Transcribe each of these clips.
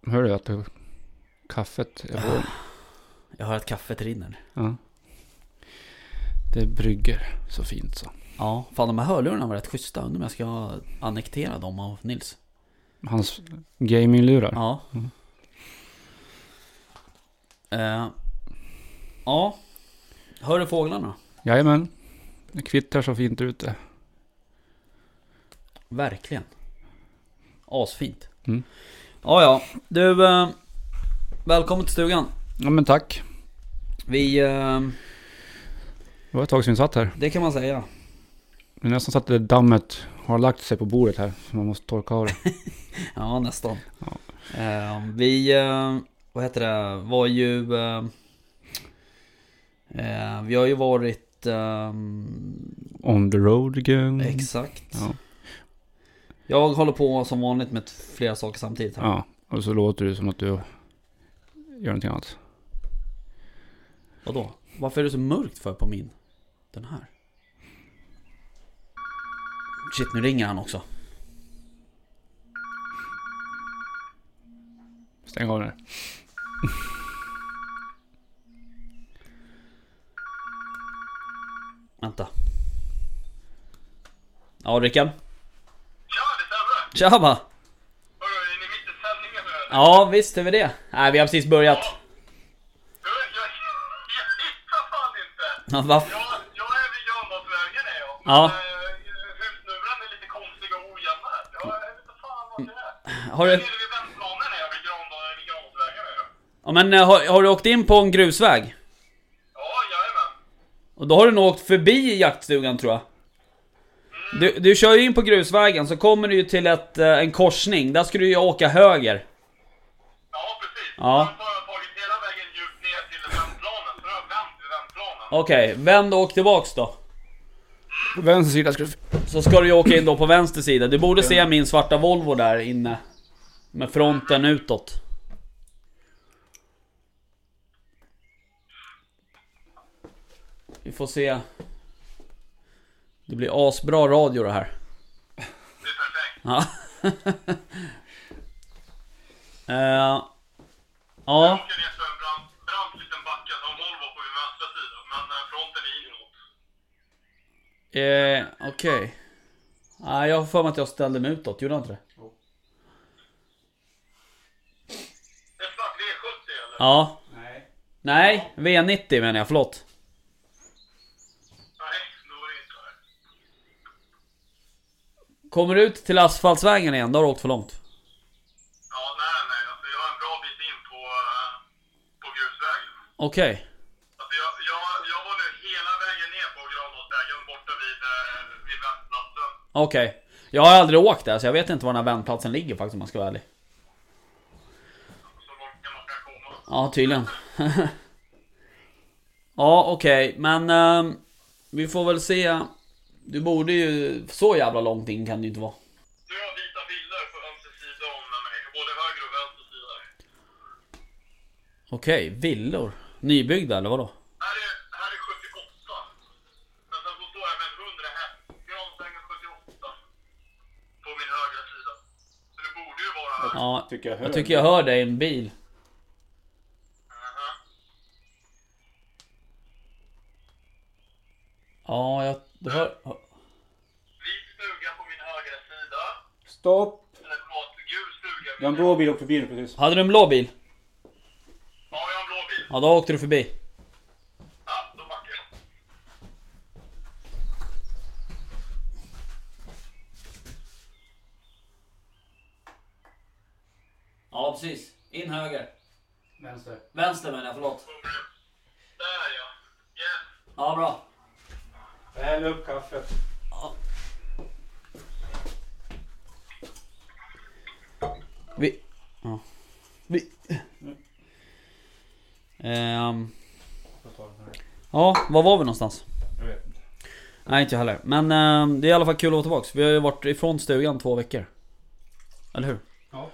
Hör du att kaffet är på? Jag hör att kaffet rinner. Ja. Det brygger så fint så. Ja, fan de här hörlurarna var rätt schyssta. Undrar om jag ska annektera dem av Nils. Hans gaminglurar. Ja. Ja. Hör du fåglarna? Jajamän. Det kvittrar så fint ute. Verkligen. Asfint. Mm. Ja. Du, välkommen till stugan. Ja men tack. Vi... Det var ett tag sedan vi satt här. Det kan man säga. Det är nästan så att det dammet har lagt sig på bordet här. Så man måste torka av det. Ja, nästan. Ja. Vi... vad heter det? Var ju... vi har ju varit... On the road again. Exakt. Ja. Jag håller på som vanligt med flera saker samtidigt här. Ja, och så låter det som att du gör någonting annat. Vadå? Varför är det så mörkt för på min? Den här. Shit, nu ringer han också. Stäng av det. Vänta. Ja, Rickard. Ja, det stämmer. Tjaba! Hörru, är ni mitt i sändningen nu eller? Ja, visst är vi det. Nej, vi har precis börjat. Du, jag hittar fan inte. Ja, va? Jag är vid Gröndahlsvägen är jag. Ja. Husnummren är lite konstiga och ojämna här. Jag vet inte fan vad det är. Har du... Nere vid vändplanen är jag vid Gröndahlsvägen är jag. Ja, men har du åkt in på en grusväg? Ja, jajamän. Och då har du nog åkt förbi jaktstugan, tror jag. Du kör ju in på grusvägen, så kommer du ju till en korsning. Där ska du ju åka höger. Ja, precis. Ja. Sen har jag tagit hela vägen djupt ner till vändplanen. Så jag har vänt vid vändplanen. Okej, vänd och åk tillbaks då. På vänster sida ska du... Så ska du ju åka in då på vänster sida. Du borde se min svarta Volvo där inne. Med fronten utåt. Vi får se. Det blir asbra radio det här. Det är perfekt. Ja. Jag Ja. åker ner för en brant liten backe som Volvo på min vänstra sida. Men fronten är inåt. Okej. Nej, jag har för mig att jag ställde mig utåt. Gjorde jag inte det? Det är snart V70 eller? Ja. Nej. Nej, V90 menar jag, förlåt. Nej, då är det inte här. Kommer du ut till asfaltsvägen igen, då har du åkt för långt. Ja, nej. Alltså, jag är en bra bit in på grusvägen. Okej. Alltså, jag var nu hela vägen ner på Gröndahlsvägen borta vid vändplatsen. Okej. Jag har aldrig åkt där, så jag vet inte var den här vändplatsen ligger faktiskt, om man ska vara ärlig. Så långt kan man ska komma. Ja, tydligen. Ja, okej. Men vi får väl se. Du borde ju... Så jävla långt in kan det ju inte vara. Du har vita villor på ömse sida om mig. Både höger och vänster sida. Okej, villor. Nybyggda eller vadå? Här är 78. Men sen så står jag med 100 här. Gröndahlsvägen 78. På min högra sida. Så det borde ju vara här. Ja, Tycker jag hör jag tycker jag hör dig i en bil. Aha. Ja, du hör... Vit stuga på min högra sida. Stopp. Eller förlåt, gul stuga. Jag har en blå bil och förbi precis. Hade du en blå bil? Ja, jag har en blå bil. Ja, då åkte du förbi. Ja, då backar jag. Ja, precis. In höger. Vänster. Vänster menar jag, förlåt. Där ja. Yes. Ja, bra. Häll upp kaffet. Vi... Ja. Vi... Ja, var var vi någonstans? Jag vet inte. Nej, inte jag heller. Men det är i alla fall kul att vara tillbaka. Vi har ju varit ifrån stugan 2 veckor. Eller hur? Ja.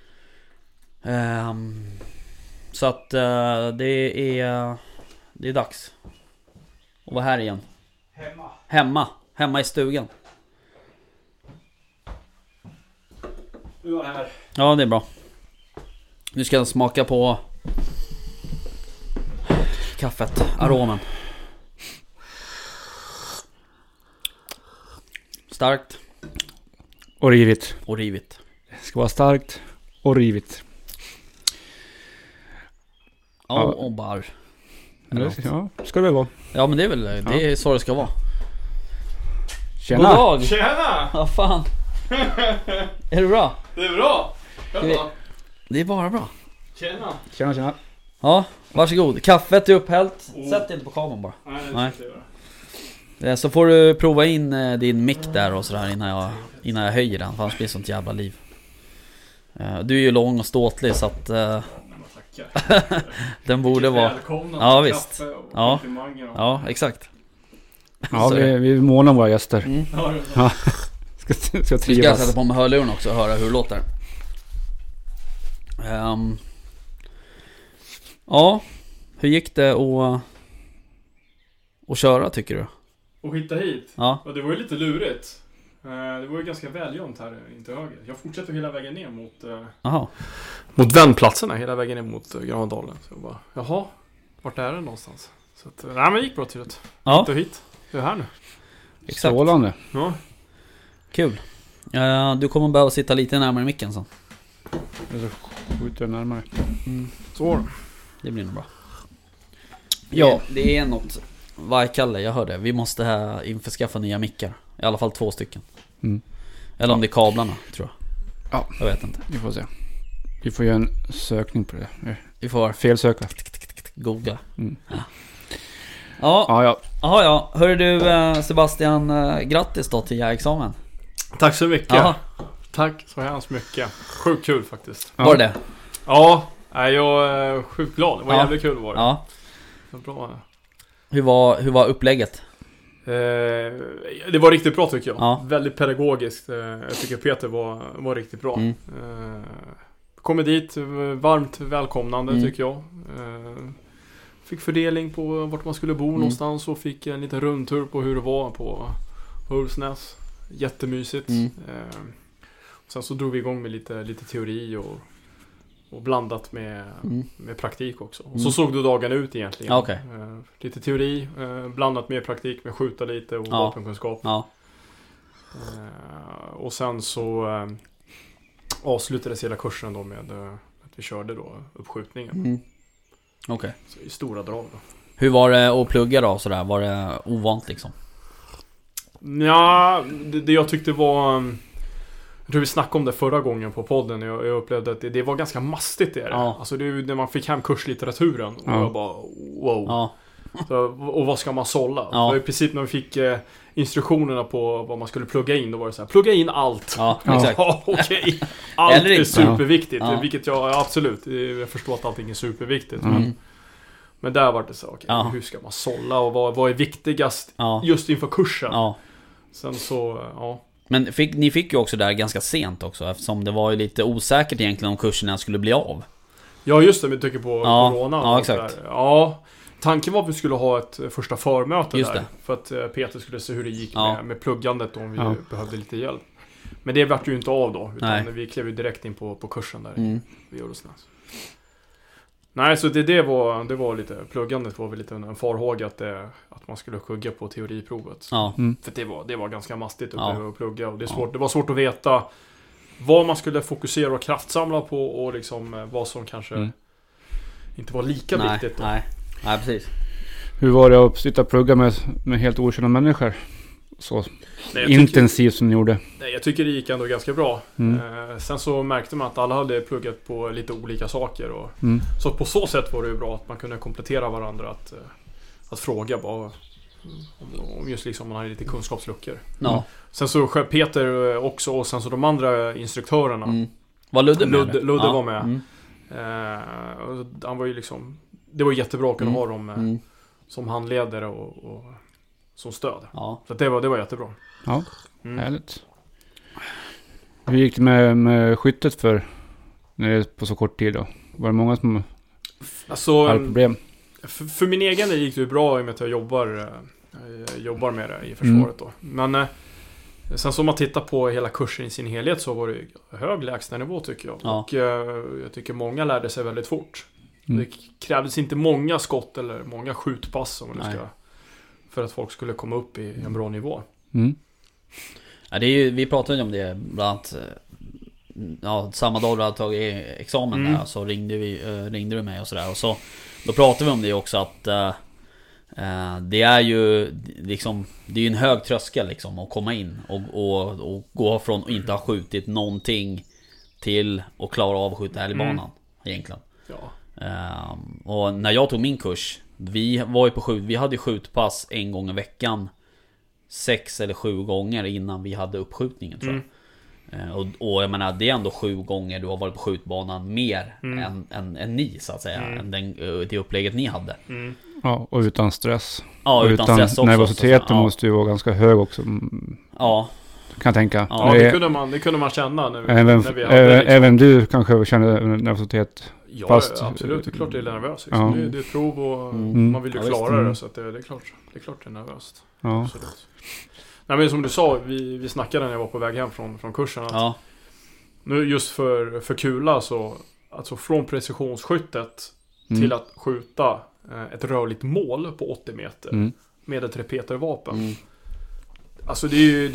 Så att det är dags att vara här igen. Hemma i stugan. Du var här. Ja, det är bra. Nu ska jag smaka på kaffet, aromen. Starkt Och rivigt. och rivigt. Det ska vara starkt och rivigt. Ja, och bar. Ja, ska det väl vara. Ja, men det är väl det är så det ska vara. Tjena! God dag! Tjena! Vad fan? Är det bra? Det är bra! Det är bara bra. Tjena! Tjena. Ja, varsågod. Kaffet är upphällt. Sätt det inte på kameran bara. Nej. Så får du prova in din mick där och sådär innan jag höjer den. För annars blir det sånt jävla liv. Du är ju lång och ståtlig så att den borde vara... Ja, visst. Ja. Ja, exakt. Ja, Så vi månar våra gäster. Ja. Ska Nu ska jag trivas. sätta på mig hörluren också och höra hur det låter. Ja, hur gick det att köra tycker du? Och hitta hit? Ja. Och det var ju lite lurigt. Det var ju ganska välgömt här, inte höger. Jag fortsätter hela vägen ner mot vändplatserna, hela vägen ner mot Granadalen. Så jag bara, jaha, vart är det någonstans? Så att, nej men det gick bra till det. Ja, Hitta hit. Det är här nu. exakt. Strålande. Ja. Kul. Du kommer behöva sitta lite närmare micken sen. Jag skjuter närmare. Så. Det blir nog bra. Ja. Det är något. Vad Kalle, jag hörde. Vi måste införskaffa nya mickar. I alla fall 2 stycken. Mm. Eller om det är kablarna, tror jag. Ja. Jag vet inte. Vi får se. Vi får göra en sökning på det. Vi får Felsöka. googla. Mm. Ja. Ja. Ja. Hörru du Sebastian, grattis då till examen. Tack så mycket. Jaha. Tack så hemskt mycket. Sjukt kul faktiskt. Var det? Ja, jag är sjukt glad. Det var jävligt kul var det. Ja. Det var bra. Hur var upplägget? Det var riktigt bra tycker jag. Ja. Väldigt pedagogiskt. Jag tycker Peter var riktigt bra. Kommer dit, varmt välkomnande tycker jag. Fick fördelning på vart man skulle bo någonstans och fick en liten rundtur på hur det var på Ulfsnäs. Jättemysigt. Sen så drog vi igång med lite teori och blandat med praktik också. Och så såg då dagen ut egentligen. Okay. Lite teori, blandat med praktik med skjuta lite och vapenkunskap. Ja. Och sen så avslutades hela kursen då med att vi körde då uppskjutningen. Okej. Så i stora drag då. Hur var det att plugga då sådär? Var det ovant liksom? Ja, det jag tyckte var... Jag tror vi snackade om det förra gången på podden. Jag upplevde att det var ganska mastigt det. Ja. Alltså det är ju när man fick hem kurslitteraturen och jag bara wow. Ja. Så, och vad ska man sålla? Ja. För i princip när vi fick instruktionerna på vad man skulle plugga in, då var det så här: plugga in allt. Ja, exakt. Ja, okej. Allt Eller är inte. superviktigt, Ja. vilket jag absolut, jag förstår att allting är superviktigt. Mm. Men där var det så, okej, Ja. hur ska man sålla och vad är viktigast Ja. just inför kursen? Ja. Sen så, ja. Men ni fick ju också där ganska sent också, eftersom det var ju lite osäkert egentligen om kurserna skulle bli av. Ja, just det, vi tycker på corona. Ja, och exakt. där. Ja, tanken var att vi skulle ha ett första förmöte Just där. det. För att Peter skulle se hur det gick Ja. med pluggandet om vi Ja. behövde lite hjälp. Men det vart ju inte av då, utan Nej. vi klev ju direkt in på kursen där vid Ulfsnäs. Nej, så det var lite, pluggandet var väl lite en farhåga att man skulle skugga på teoriprovet. Ja. För det var ganska mastigt Ja. att plugga och det var svårt att veta vad man skulle fokusera och kraftsamla på och liksom vad som kanske inte var lika viktigt då. Nej, precis. Hur var det att sitta och plugga med helt okända människor? Så Nej, intensivt som ni gjorde. Jag tycker det gick ändå ganska bra. Mm. Sen så märkte man att alla hade pluggat på lite olika saker. Och så på så sätt var det ju bra att man kunde komplettera varandra. Att fråga bara om just liksom man hade lite kunskapsluckor. Ja. Sen så Peter också och sen så de andra instruktörerna. Var Ludde med? Ludde var med. Och han var ju liksom... Det var jättebra att kunna ha dem som handledare och som stöd. Ja. Så att det var jättebra. Ja, härligt. Hur gick det med skyttet för när det är på så kort tid då? Var det många som hade problem? För min egen del gick det ju bra i och med att jag jobbar med det i försvaret då. Men Sen som man tittar på hela kursen i sin helhet så var det hög lägstanivå tycker jag. Ja. Och jag tycker många lärde sig väldigt fort. Det krävdes inte många skott eller många skjutpass om man ska, för att folk skulle komma upp i en bra nivå. Ja, det är ju, vi pratade ju om det bland annat, samma dag du hade tagit examen där, så ringde du mig och sådär. Och så då pratade vi om det också att det är ju liksom, det är ju en hög tröskel liksom att komma in och gå från att inte ha skjutit någonting till att klara av att skjuta älgbanan egentligen. Ja. Och när jag tog min kurs, vi var ju vi hade skjutpass en gång i veckan 6 eller 7 gånger innan vi hade uppskjutningen tror jag. Och jag menar, det är ändå 7 gånger du har varit på skjutbanan mer än ni så att säga, än det upplägget ni hade. Ja, och utan stress. Ja, och utan stress också. Nervositeten måste ju vara ganska hög också. Ja. Kan jag tänka. Ja, det kunde man känna när vi hade även du kanske kände nervositet. Ja, fast, absolut. Det är klart det är nervöst. Liksom. Det är ett prov och man vill ju klara det. Så att det är klart det är nervöst. Ja. Absolut. Nej, men som du sa, vi snackade när jag var på väg hem från kursen. Att nu just för kula så, alltså från precisionsskyttet till att skjuta ett rörligt mål på 80 meter med ett repetervapen. Alltså det är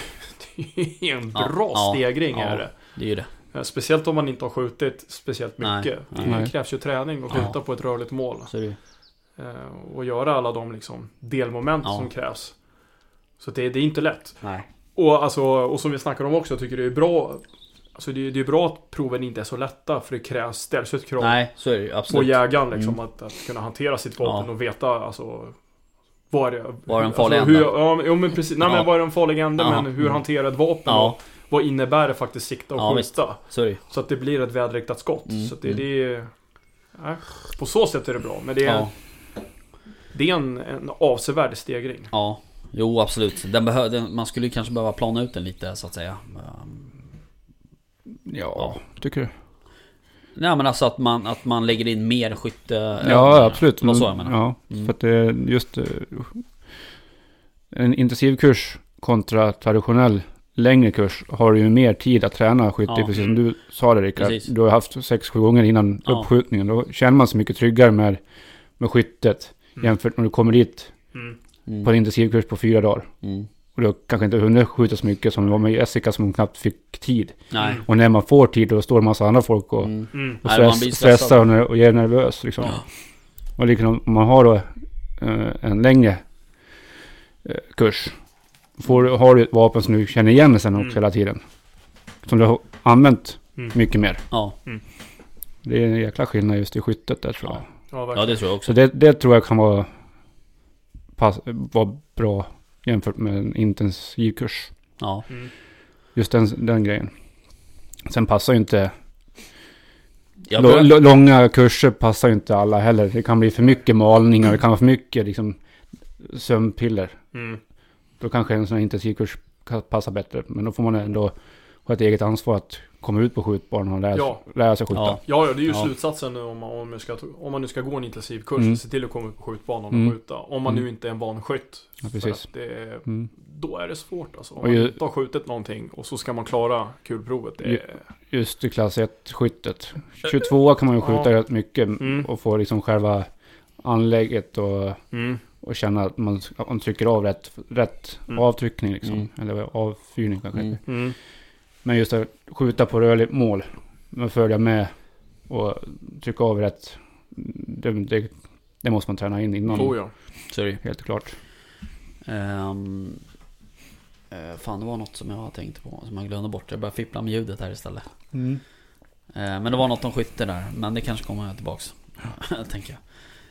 ju en bra stegring är det. Det är ju det. Speciellt om man inte har skjutit speciellt mycket. Nej. Det krävs ju träning att skjuta på ett rörligt mål. Så är det. Och göra alla de liksom delmoment som krävs. Så det är inte lätt. Nej. Och som vi snackar om också, jag tycker det är bra. Alltså det är bra att proven inte är så lätta, för det ställs ett krav. Nej, så är det absolut. På jägaren liksom, att kunna hantera sitt vapen och veta alltså var är den farliga änden? Men precis. Nej, men vad är den farliga änden, men hur hanterar ett vapen och vad innebär det faktiskt sikta och skjuta? Så att det blir ett väderriktat skott. Så att det är på så sätt är det bra, men det är en avsevärd stegring. Ja. Jo, absolut. Man skulle kanske behöva plana ut den lite så att säga. Ja, tycker du? Nej, men alltså att man lägger in mer skytte. Ja, absolut. Vad så jag menar. Ja, för att det är just en intensivkurs kontra traditionell längre kurs har du ju mer tid att träna skytte, precis som du sa det, Rickard. Du har haft 6-7 gånger innan uppskjutningen. Då känner man sig mycket tryggare med skyttet jämfört när du kommer dit på en intensivkurs på 4 dagar. Och då kanske inte hunnit skjuta så mycket som det var med Jessica som knappt fick tid. Nej. Och när man får tid då står en massa andra folk och stressar och är nervös liksom. Och liksom, om man har då en längre kurs har du ett vapen som du känner igen sen också hela tiden. Som du har använt mycket mer. Det är en jäkla skillnad just i skyttet där, tror jag. Ja, det tror jag också. Så det tror jag kan vara bra jämfört med en intensivkurs. Ja. Just den grejen. Sen passar ju inte långa kurser passar ju inte alla heller. Det kan bli för mycket malningar, det kan vara för mycket liksom sömnpiller. Då kanske en sån här intensivkurs kan passa bättre, men då får man ändå ha ett eget ansvar att komma ut på skjutbanan och lära sig skjuta. Ja, det är ju slutsatsen nu om man nu ska gå en intensivkurs, se till att komma ut på skjutbanan och skjuta. Om man nu inte är en van skytt. Ja, precis. Då är det svårt alltså. Om man inte har skjutit någonting och så ska man klara kulprovet. Just i klass 1-skyttet. 22 kan man ju skjuta rätt mycket och få liksom själva anlägget och känna att man trycker av rätt avtryckning liksom. Eller avfyrning kanske. Men just att skjuta på rörligt mål, man följer med och trycka av rätt, det måste man träna in innan. Sorry. Helt klart. Fan, det var något som jag tänkte på som jag glömde bort. Jag började fippla med ljudet här istället. Men det var något om skytte där, men det kanske kommer tillbaks. Tänker jag.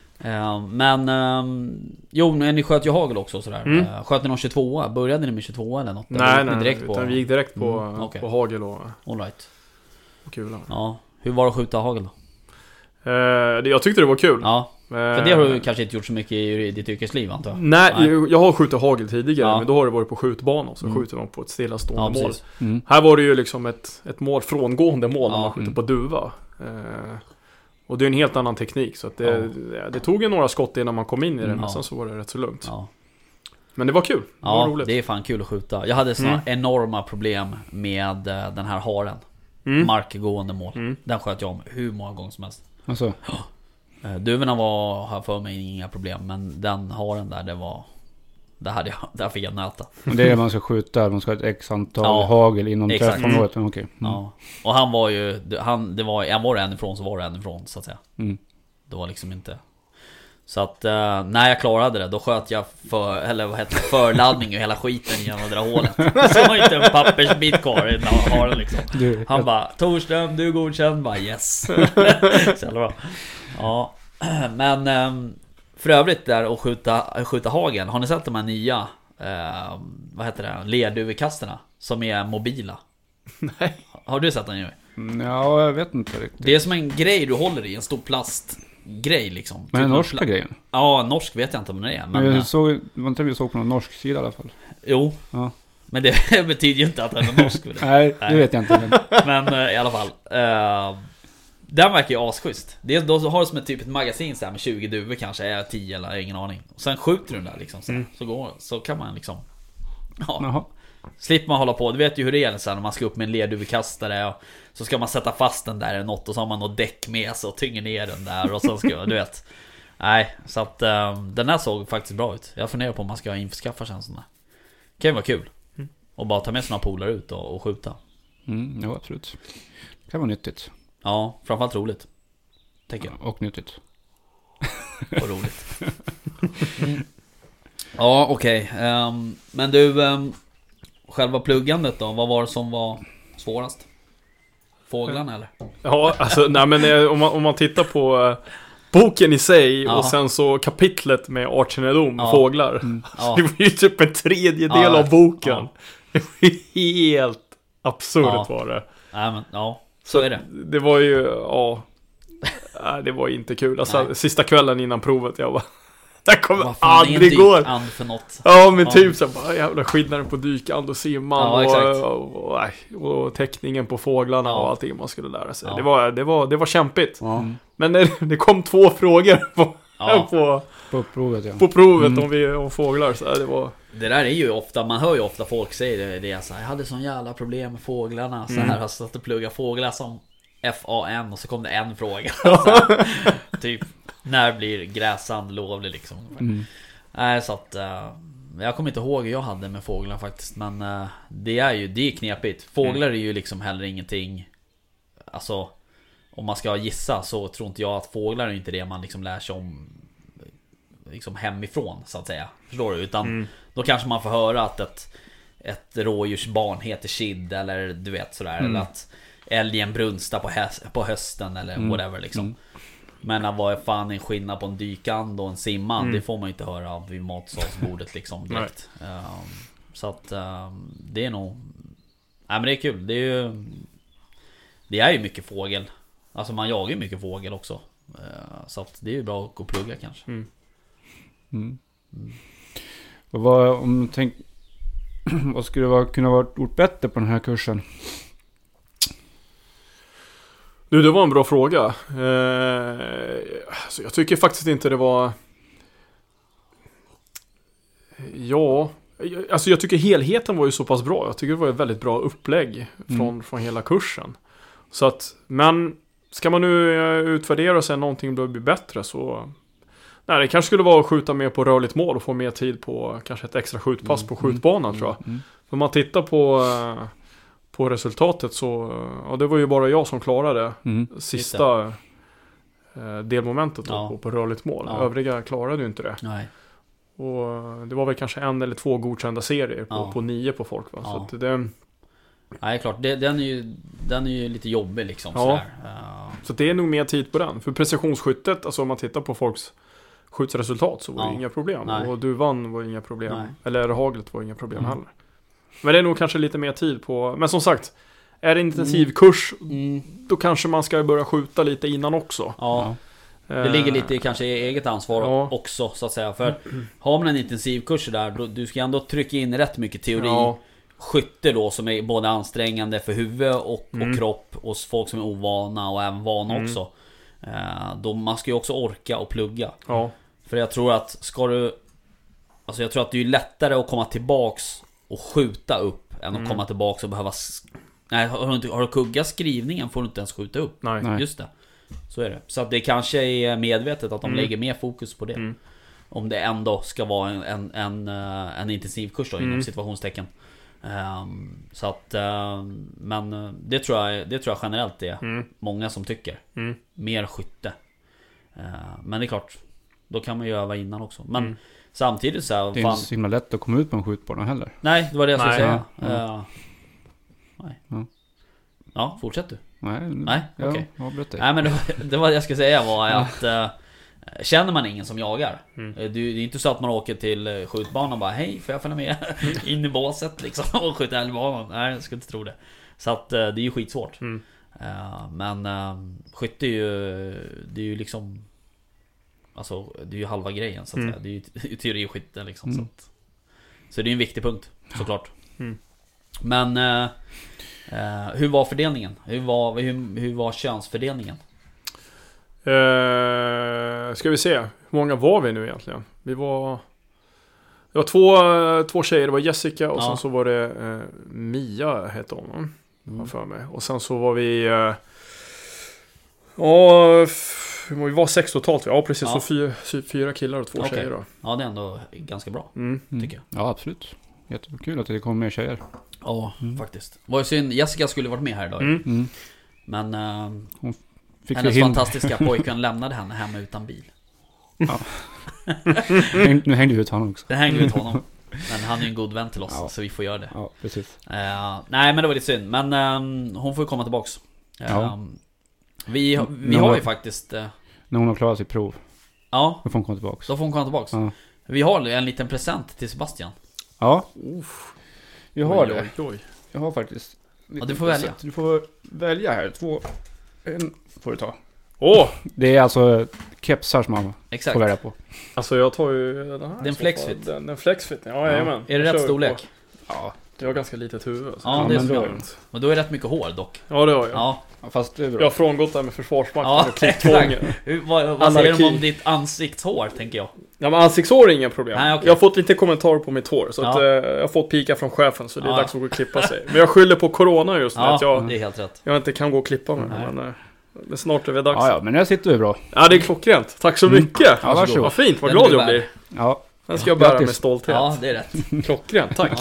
Ni sköt ju hagel också sådär. Sköt ni någon 22? Började ni med 22 eller något? Nej, utan vi gick direkt på hagel och all right. Kula. Ja. Hur var det att skjuta hagel då? Jag tyckte det var kul. Ja. För det har du kanske inte gjort så mycket i ditt yrkesliv, antar jag. Nej, jag har skjutit hagel tidigare, men då har det varit på skjutbanan, så skjuter man på ett stillastående mål. Här var det ju liksom ett mål frångående mål när man skjuter på duva. Och det är en helt annan teknik, så att det tog ju några skott innan man kom in i den, men sen så var det rätt så lugnt. Men det var kul. Det var roligt. Det är fan kul att skjuta. Jag hade såna enorma problem med den här haren. Markgående mål. Den sköt jag om hur många gånger som helst. Alltså. Duvorna har för mig inga problem. Men den haren där, där fick jag nöta. Men det är det man ska skjuta. Man ska ha ett x antal hagel inom träffområdet. Okay. Ja. Och han var ju var det en ifrån så var det en ifrån, så att säga. Det var liksom inte. Så att när jag klarade det, då sköt jag förladdning och hela skiten genom det där hålet. Så var inte en pappersbit kvar i den haren liksom. Han bara, Torström, du är godkänd. Bara yes. Så bra. Ja. Men för övrigt där och skjuta hagen. Har ni sett de här nya vad heter det? Lerduvekasterna som är mobila? Nej. Har du sett den nu? Ja, jag vet inte riktigt. Det är som en grej du håller i, en stor plastgrej liksom. Men den norska grejen? Ja, norsk vet jag inte om den är. Men jag såg, var inte vi såg på någon norsk sida i alla fall? Jo. Ja. Men det betyder ju inte att den är norsk. Nej, det vet jag inte. Men i alla fall. Den verkar ju asschysst. Då har du som ett magasin så här med 20 duvor kanske, är 10 eller ingen aning. Och sen skjuter du den där liksom så kan man liksom slipper man hålla på. Du vet ju hur det är så här, när man ska upp med en lerduvekastare och så ska man sätta fast den där eller något och så har man något däck med sig och tynger ner den där och så ska du vet. Nej, så att den här såg faktiskt bra ut. Jag funderar på om man ska införskaffa sig en sån där. Det kan ju vara kul. Och bara ta med sina polare ut och skjuta. Ja, absolut. Det kan vara nyttigt. Ja, framförallt roligt. Tänker jag. Och nyttigt. Och roligt. Ja, okej. Men du, själva pluggandet då, vad var det som var svårast? Fåglarna eller? Ja, alltså nej, men om man tittar på boken i sig och sen så kapitlet med artkännedom, fåglar. Det var ju typ en tredjedel av boken. Det var helt absurt var det. Nej, men så är det. Det var ju det var inte kul. Alltså sista kvällen innan provet jag bara det kommer aldrig gå. För något. Ja, men typ så bara jävla skillnaden på dykand och simman och teckningen på fåglarna och allting man skulle lära sig. Det var kämpigt. Men det kom 2 frågor på provet på provet om fåglar så det var. Det där är ju ofta, man hör ju ofta folk säga det är så här, jag hade sån jävla problem med fåglarna så här, har stått och plugga fåglar som FAN och så kom det en fråga. Typ när blir gräsand lovlig liksom. Nej, så att jag kommer inte ihåg hur jag hade med fåglar faktiskt, men det är knepigt. Fåglar är ju liksom heller ingenting. Alltså om man ska gissa så tror inte jag att fåglar är inte det man liksom lär sig om liksom hemifrån så att säga. Förstår du? Utan då kanske man får höra att ett rådjursbarn heter Kid eller du vet sådär eller att älgen brunstar på hösten eller whatever liksom. Men vad är fan en skillnad på en dykand och en simman? Det får man inte höra av vid matsalsbordet liksom direkt. Så att det är nog. Nej, men det är kul. Det är ju mycket fågel. Alltså man jagar ju mycket fågel också. Så att det är ju bra att gå och plugga kanske. Och vad skulle kunna vara gjort bättre på den här kursen? Det var en bra fråga. Så jag tycker faktiskt inte det var. Alltså jag tycker helheten var ju så pass bra. Jag tycker det var ett väldigt bra upplägg från hela kursen. Så att, men ska man nu utvärdera och säga någonting bör bli bättre så. Nej, det kanske skulle vara att skjuta mer på rörligt mål och få mer tid på kanske ett extra skjutpass på skjutbanan tror jag. För man tittar på resultatet så det var ju bara jag som klarade sista delmomentet på rörligt mål. Övriga klarade ju inte det. Nej. Och det var väl kanske 1 eller 2 godkända serier på 9 på folk va? Så att det. Nej, klart. Den är ju lite jobbig liksom sådär. Så det är nog mer tid på den. För precisionsskyttet, alltså om man tittar på folks skjutsresultat så var det inga problem. Nej. Och duvan var inga problem. Nej. Eller haglet var inga problem heller. Men det är nog kanske lite mer tid på. Men som sagt, är det en intensiv kurs då kanske man ska börja skjuta lite innan också. Ja. Det ligger lite kanske i eget ansvar också så att säga. För har man en intensiv kurs där då, du ska ändå trycka in rätt mycket teori. Skytte då som är både ansträngande för huvud och kropp hos folk som är ovana och även vana också. Då man ska ju också orka och plugga. För jag tror att ska du Alltså jag tror att det är lättare att komma tillbaks och skjuta upp än att komma tillbaks och behöva... Nej, har du kuggat skrivningen får du inte ens skjuta upp. Nej. Just det. Så är det. Så att det kanske är medvetet att de lägger mer fokus på det. Om det ändå ska vara en intensiv kurs då, inom situationstecken. Så att men det tror jag generellt är många som tycker. Mer skytte. Men det är klart, då kan man ju öva innan också. Men samtidigt så här, det är inte så himla lätt att komma ut på en skjutbana heller. Nej, det var det jag skulle säga. Nej. Ja, fortsätt du. Nej, okej. Okay. Nej, men det var jag skulle säga var att känner man ingen som jagar. Det är inte så att man åker till skjutbanan och bara hej, får jag följa med in i båset liksom och skjuta älgbanan. Nej, jag skulle inte tro det. Så att det är ju skitsvårt. Men skytte är ju liksom, alltså det är ju halva grejen så att säga. Det är ju teori och skytte liksom, så det är en viktig punkt såklart. Men hur var fördelningen? Hur var könsfördelningen? Ska vi se. Hur många var vi nu egentligen? Det var två tjejer. Det var Jessica och sen så var det Mia hette hon för mig. Och sen så var vi vi var 6 totalt. Ja, precis. Så 4 killar och 2 tjejer då. Ja, det är ändå ganska bra tycker jag. Ja, absolut. Jättekul att det kommer mer tjejer. Ja, faktiskt. Var ju synd, Jessica skulle varit med här idag. Men hon fick hennes fantastiska pojken lämnade henne hemma utan bil. Ja. Nu hängde vi ut honom också. Det hängde ut honom. Men han är ju en god vän till oss, så vi får göra det. Ja, precis. Nej, men det var lite synd. Men hon får ju komma tillbaks. Vi har ju faktiskt... när hon har klarat sitt prov. Ja. Då får hon komma tillbaks. Ja. Vi har en liten present till Sebastian. Ja. Jag har det. Oj. Jag har faktiskt. Ja, du får välja. Du får välja här. En får du ta. Det är alltså kepsar som man får välja på. Alltså jag tar ju den här. Den flexfit. Den flexfit. Ja, jajamän. Är det rätt storlek? Ja. Jag har ganska litet huvud. Så. Ja, det är så. Men då är det rätt mycket hår dock. Ja, det har jag. Ja. Fast det är bra. Jag har frångått det här med försvarsmakten och exakt. Vad säger du om ditt ansiktshår, tänker jag? Ja, men ansiktshår är ingen problem. Nej, okay. Jag har fått lite kommentarer på mitt hår. Så att, jag har fått pika från chefen. Så det är dags att gå och klippa sig. Men jag skyller på corona just nu. Att det är helt rätt. Jag inte kan gå och klippa mig. Men snart är det dags. Ja, men jag sitter ju bra. Ja, det är klockrent. Tack så mycket. Ja, varsågod. Vad fint, vad glad jag blir. Ja. Den ska jag bära med stolthet. Ja, det är rätt. Klockrent, tack.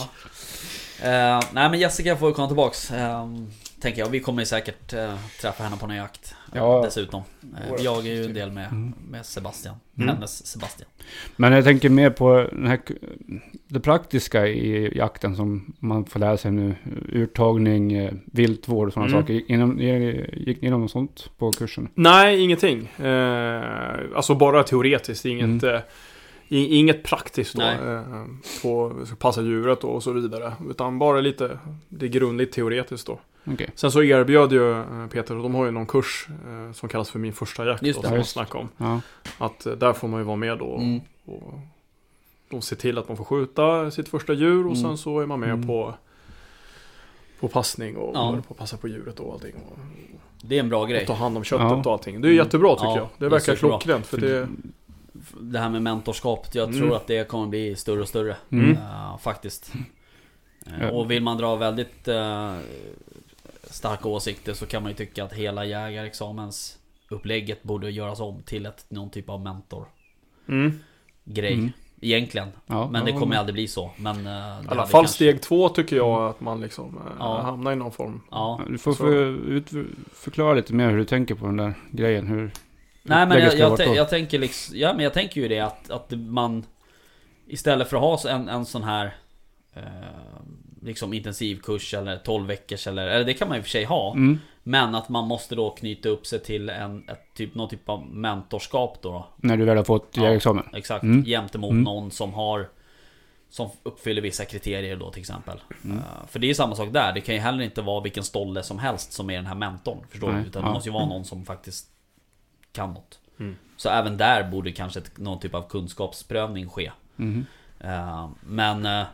Nej, men Jessica får komma tillbaks. Tänker jag, vi kommer ju säkert träffa henne på någon jakt dessutom. Vi jagar ju en del med Sebastian. Hennes Sebastian. Men jag tänker mer på det praktiska i jakten som man får lära sig nu. Urtagning, viltvård och sådana saker. Gick ni något sånt på kursen? Nej, ingenting. Alltså bara teoretiskt. Inget praktiskt då, på att passa djuret och så vidare. Utan bara lite det grundligt teoretiskt då. Okay. Sen så erbjöd ju Peter, och de har ju någon kurs som kallas för min första jakt. Just det, som man snackar om. Ja. Att där får man ju vara med då. Och de ser till att man får skjuta sitt första djur. Och sen så är man med på passning och på passa på djuret och allting. Och det är en bra grej. Och ta hand om köttet och allting. Det är jättebra tycker jag. Det verkar klockrent. För det här med mentorskap, jag tror att det kommer bli större och större faktiskt. Och vill man dra väldigt starka åsikter så kan man ju tycka att hela jägarexamensupplägget borde göras om till någon typ av mentor grej egentligen. Men det kommer aldrig bli så. Men i alla fall steg 2 tycker jag att man liksom hamnar i någon form. Du får förklara lite mer hur du tänker på den där grejen. Hur nej, men jag tänker liksom, men jag tänker ju det att man istället för att ha en sån här liksom intensivkurs eller 12 veckors eller det kan man i och för sig ha, men att man måste då knyta upp sig till någon typ av mentorskap då. När du väl har fått jägarexamen. Exakt, jämte mot någon som uppfyller vissa kriterier då till exempel. För det är ju samma sak där. Det kan ju heller inte vara vilken stolle som helst som är den här mentorn, förstår du? Utan det måste ju vara någon som faktiskt kan något. Så även där borde kanske någon typ av kunskapsprövning ske. Men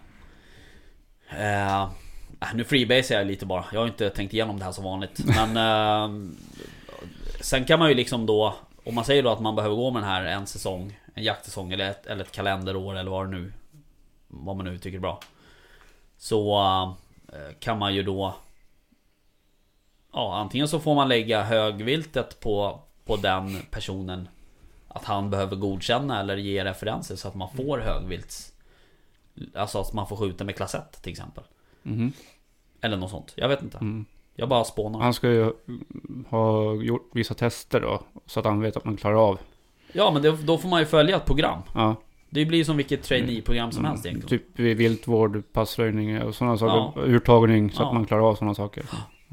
nu freebase jag lite bara. Jag har inte tänkt igenom det här så vanligt. Men sen kan man ju liksom då, om man säger då att man behöver gå med den här en säsong, en jaktsäsong eller ett kalenderår eller vad det nu vad man nu tycker är bra, så kan man ju då antingen så får man lägga högviltet på den personen, att han behöver godkänna eller ge referenser så att man får högvilt, alltså att man får skjuta med klass 1 till exempel. Eller något sånt, jag vet inte. Jag bara spånar. Han ska ju ha gjort vissa tester då, så att han vet att man klarar av. Ja, men då får man ju följa ett program. Ja. Det blir som vilket trainee-program som helst egentligen. Typ viltvård, passröjning och sådana saker. Urtagning, så att man klarar av sådana saker.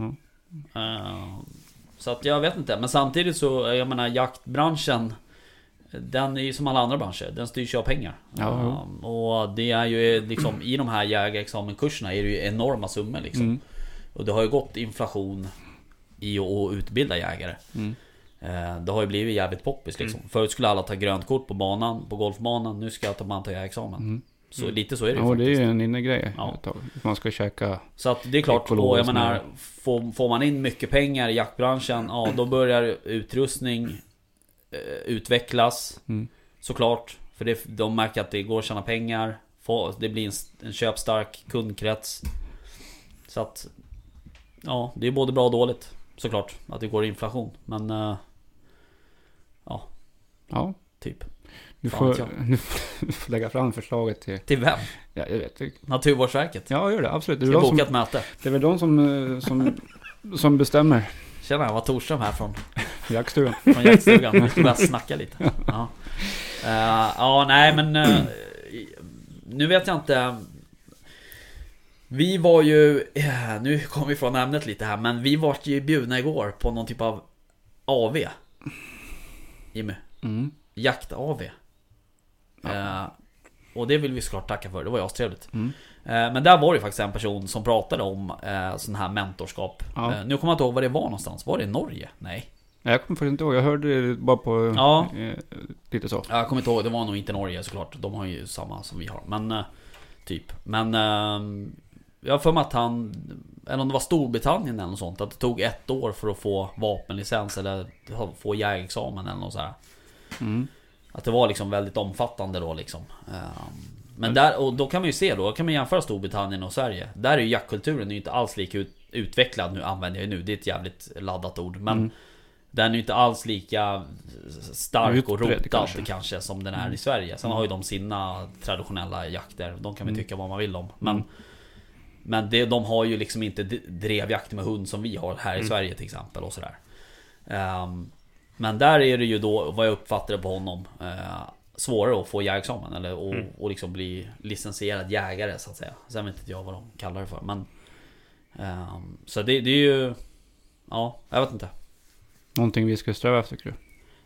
Så att jag vet inte. Men samtidigt så, jag menar, jaktbranschen, den är ju som alla andra branscher. Den styrs ju av pengar. Och det är ju liksom, i de här jägarexamenkurserna är det ju enorma summor liksom. Och det har ju gått inflation i att utbilda jägare. Det har ju blivit jävligt poppis liksom. Förut skulle alla ta grönt kort på banan, på golfbanan. Nu ska man ta jägarexamen. Så lite så är det ju faktiskt. Det är ju en innegrej. Ja. Man ska käka. Så att det är klart, och jag menar, får man in mycket pengar i jaktbranschen, då börjar utrustning utvecklas. Såklart. För de märker att det går att tjäna pengar. Det blir en köpstark kundkrets. Så att det är både bra och dåligt. Såklart att det går inflation. Men typ. Du får lägga fram förslaget till vem? Ja, jag vet. Naturvårdsverket. Ja, gör det, absolut. Det är boka ett möte. Det är väl de som bestämmer. Tjena, jag var Torström här från jaktstugan. Från jaktstugan. Vi ska börja snacka lite. Nej men nu vet jag inte. Vi var ju, nu kommer vi från ämnet lite här, men vi var ju bjudna igår på någon typ av AV. Jimmy. Jakt-AV. Och det vill vi såklart tacka för. Det var ju astrevligt. Men där var det faktiskt en person som pratade om sån här mentorskap. Nu kommer jag inte ihåg var det var någonstans. Var det i Norge? Nej. Jag kommer faktiskt inte ihåg. Jag hörde det bara på lite så. Jag kommer inte ihåg. Det var nog inte Norge såklart. De har ju samma som vi har. Men typ. Men jag har för mig att eller om det var Storbritannien eller något sånt, att det tog 1 år för att få vapenlicens eller få jägarexamen eller något så här. Att det var liksom väldigt omfattande då liksom. Men där, och då kan man ju se då kan man jämföra Storbritannien och Sverige. Där är ju jaktkulturen inte alls lika utvecklad. Nu använder jag ju det är ett jävligt laddat ord, men den är ju inte alls lika stark och rotad kanske som den är i Sverige. Sen har ju de sina traditionella jakter. De kan vi tycka vad man vill om. Men de har ju liksom inte drevjakt med hund som vi har här i Sverige till exempel och sådär. Men där är det ju då, vad jag uppfattade på honom, svårare att få jägarexamen eller och liksom bli licensierad jägare så att säga. Sen vet inte jag vad de kallar det för, men så det är ju, jag vet inte. Någonting vi ska sträva efter, tycker du?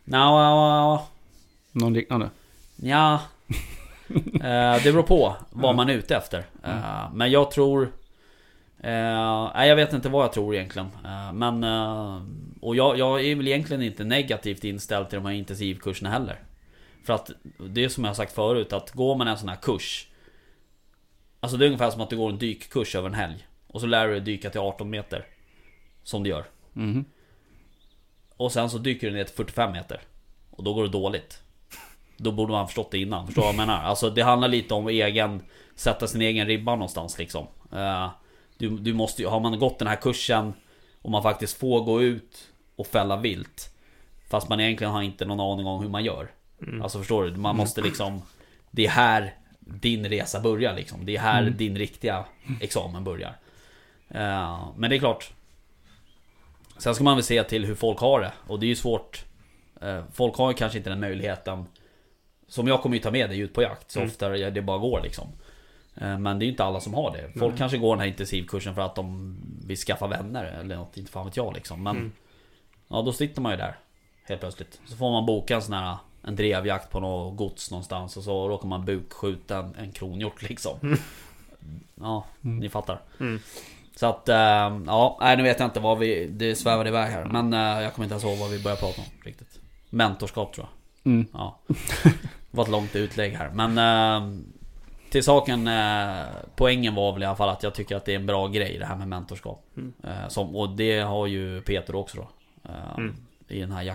Någon liknande? Ja. Det beror på vad man är ute efter. Men jag tror jag vet inte vad jag tror egentligen. Men och jag är väl egentligen inte negativt inställd till de här intensivkurserna heller. För att det är som jag har sagt förut, att går man en sån här kurs, alltså det är ungefär som att du går en dykkurs över en helg och så lär du dig dyka till 18 meter som du gör. Och sen så dyker du ner till 45 meter och då går det dåligt. Då borde man ha förstått det innan. Förstår vad jag menar? Alltså det handlar lite om sätta sin egen ribba någonstans liksom. Du måste ju, har man gått den här kursen och man faktiskt får gå ut och fälla vilt, fast man egentligen har inte någon aning om hur man gör. Alltså förstår du? Man måste liksom, det är här din resa börjar liksom. Det är här din riktiga examen börjar. Men det är klart, sen ska man väl se till hur folk har det. Och det är ju svårt. Folk har ju kanske inte den möjligheten. Som jag kommer ju ta med det ut på jakt så ofta det bara går liksom. Men det är ju inte alla som har det. Folk kanske går den här intensivkursen för att de vill skaffa vänner eller något, inte fan vet jag liksom. Men då sitter man ju där helt plötsligt. Så får man boka en drevjakt på något gods någonstans och så råkar man bukskjuta en kronhjort liksom. Ni fattar. Så att, nu vet jag inte det svävar iväg här. Men jag kommer inte ens ihåg vad vi börjar prata om riktigt. Mentorskap tror jag. Ja. Det var ett långt utlägg här. Men till saken, poängen var väl i alla fall att jag tycker att det är en bra grej det här med mentorskap. Och det har ju Peter också då. I den här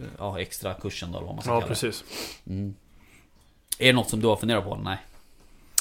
extra kursen då, vad man ska kalla det. Precis. Är det något som du har funderat på? Nej.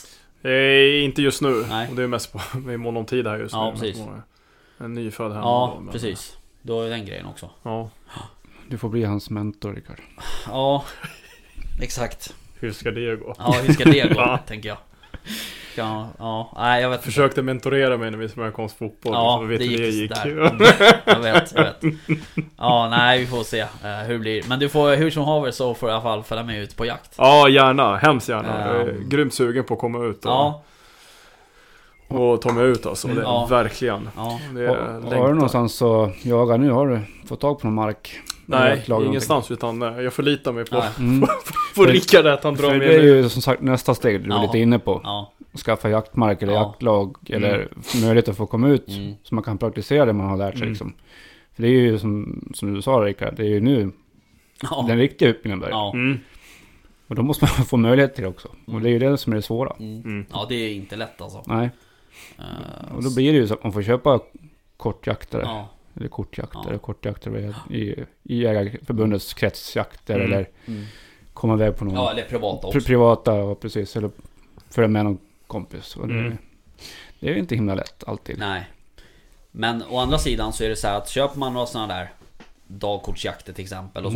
Inte just nu. Nej. Och det är mest på i mån om tid här just ja, nu. Precis. En nyfödd hemma. Ja, men... precis. Då är den grejen också. Ja. Du får bli hans mentor, Rickard. Ja, exakt. Hur ska det gå? Ja, hur ska det gå, Ja. tänker jag. Ja, nej, jag vet inte. Försökte mentorera mig när vi spelade konstfotboll. Ja, så vet det hur det gick gick. där. Jag vet. Ja, nej, vi får se hur det blir. Men du får, hur som haver, så får jag i alla fall följa med ut på jakt. Ja, gärna. Hemskt gärna. Jag är grymt sugen på att komma ut. Och ta mig ut alltså. Det är verkligen. Ja. Det är har du någonstans så jaga nu? Har du fått tag på någon mark? Nej, ingenstans utan jag förlitar mig på, Mm. på Rickard att han drar För med det är mig. ju som sagt nästa steg du är lite inne på. Ja. Skaffa jaktmark eller jaktlag eller möjlighet att få komma ut så man kan praktisera det man har lärt sig liksom. För det är ju som du sa, Rickard, det är ju nu den riktiga utbildningen börjar. Ja. Och då måste man få möjlighet till det också. Och det är ju det som är det svåra. Ja, det är inte lätt alltså. Nej. Och då blir det ju så att man får köpa kortjaktare. Ja. Eller kortjaktare i Jägarförbundets kretsjakter eller komma iväg på någon. Ja, eller privata också. Privata, ja, precis. Eller följa med någon kompis. Och det är ju inte himla lätt alltid. Nej. Men å andra sidan så är det så här att köper man några sådana där dagkortsjakter till exempel och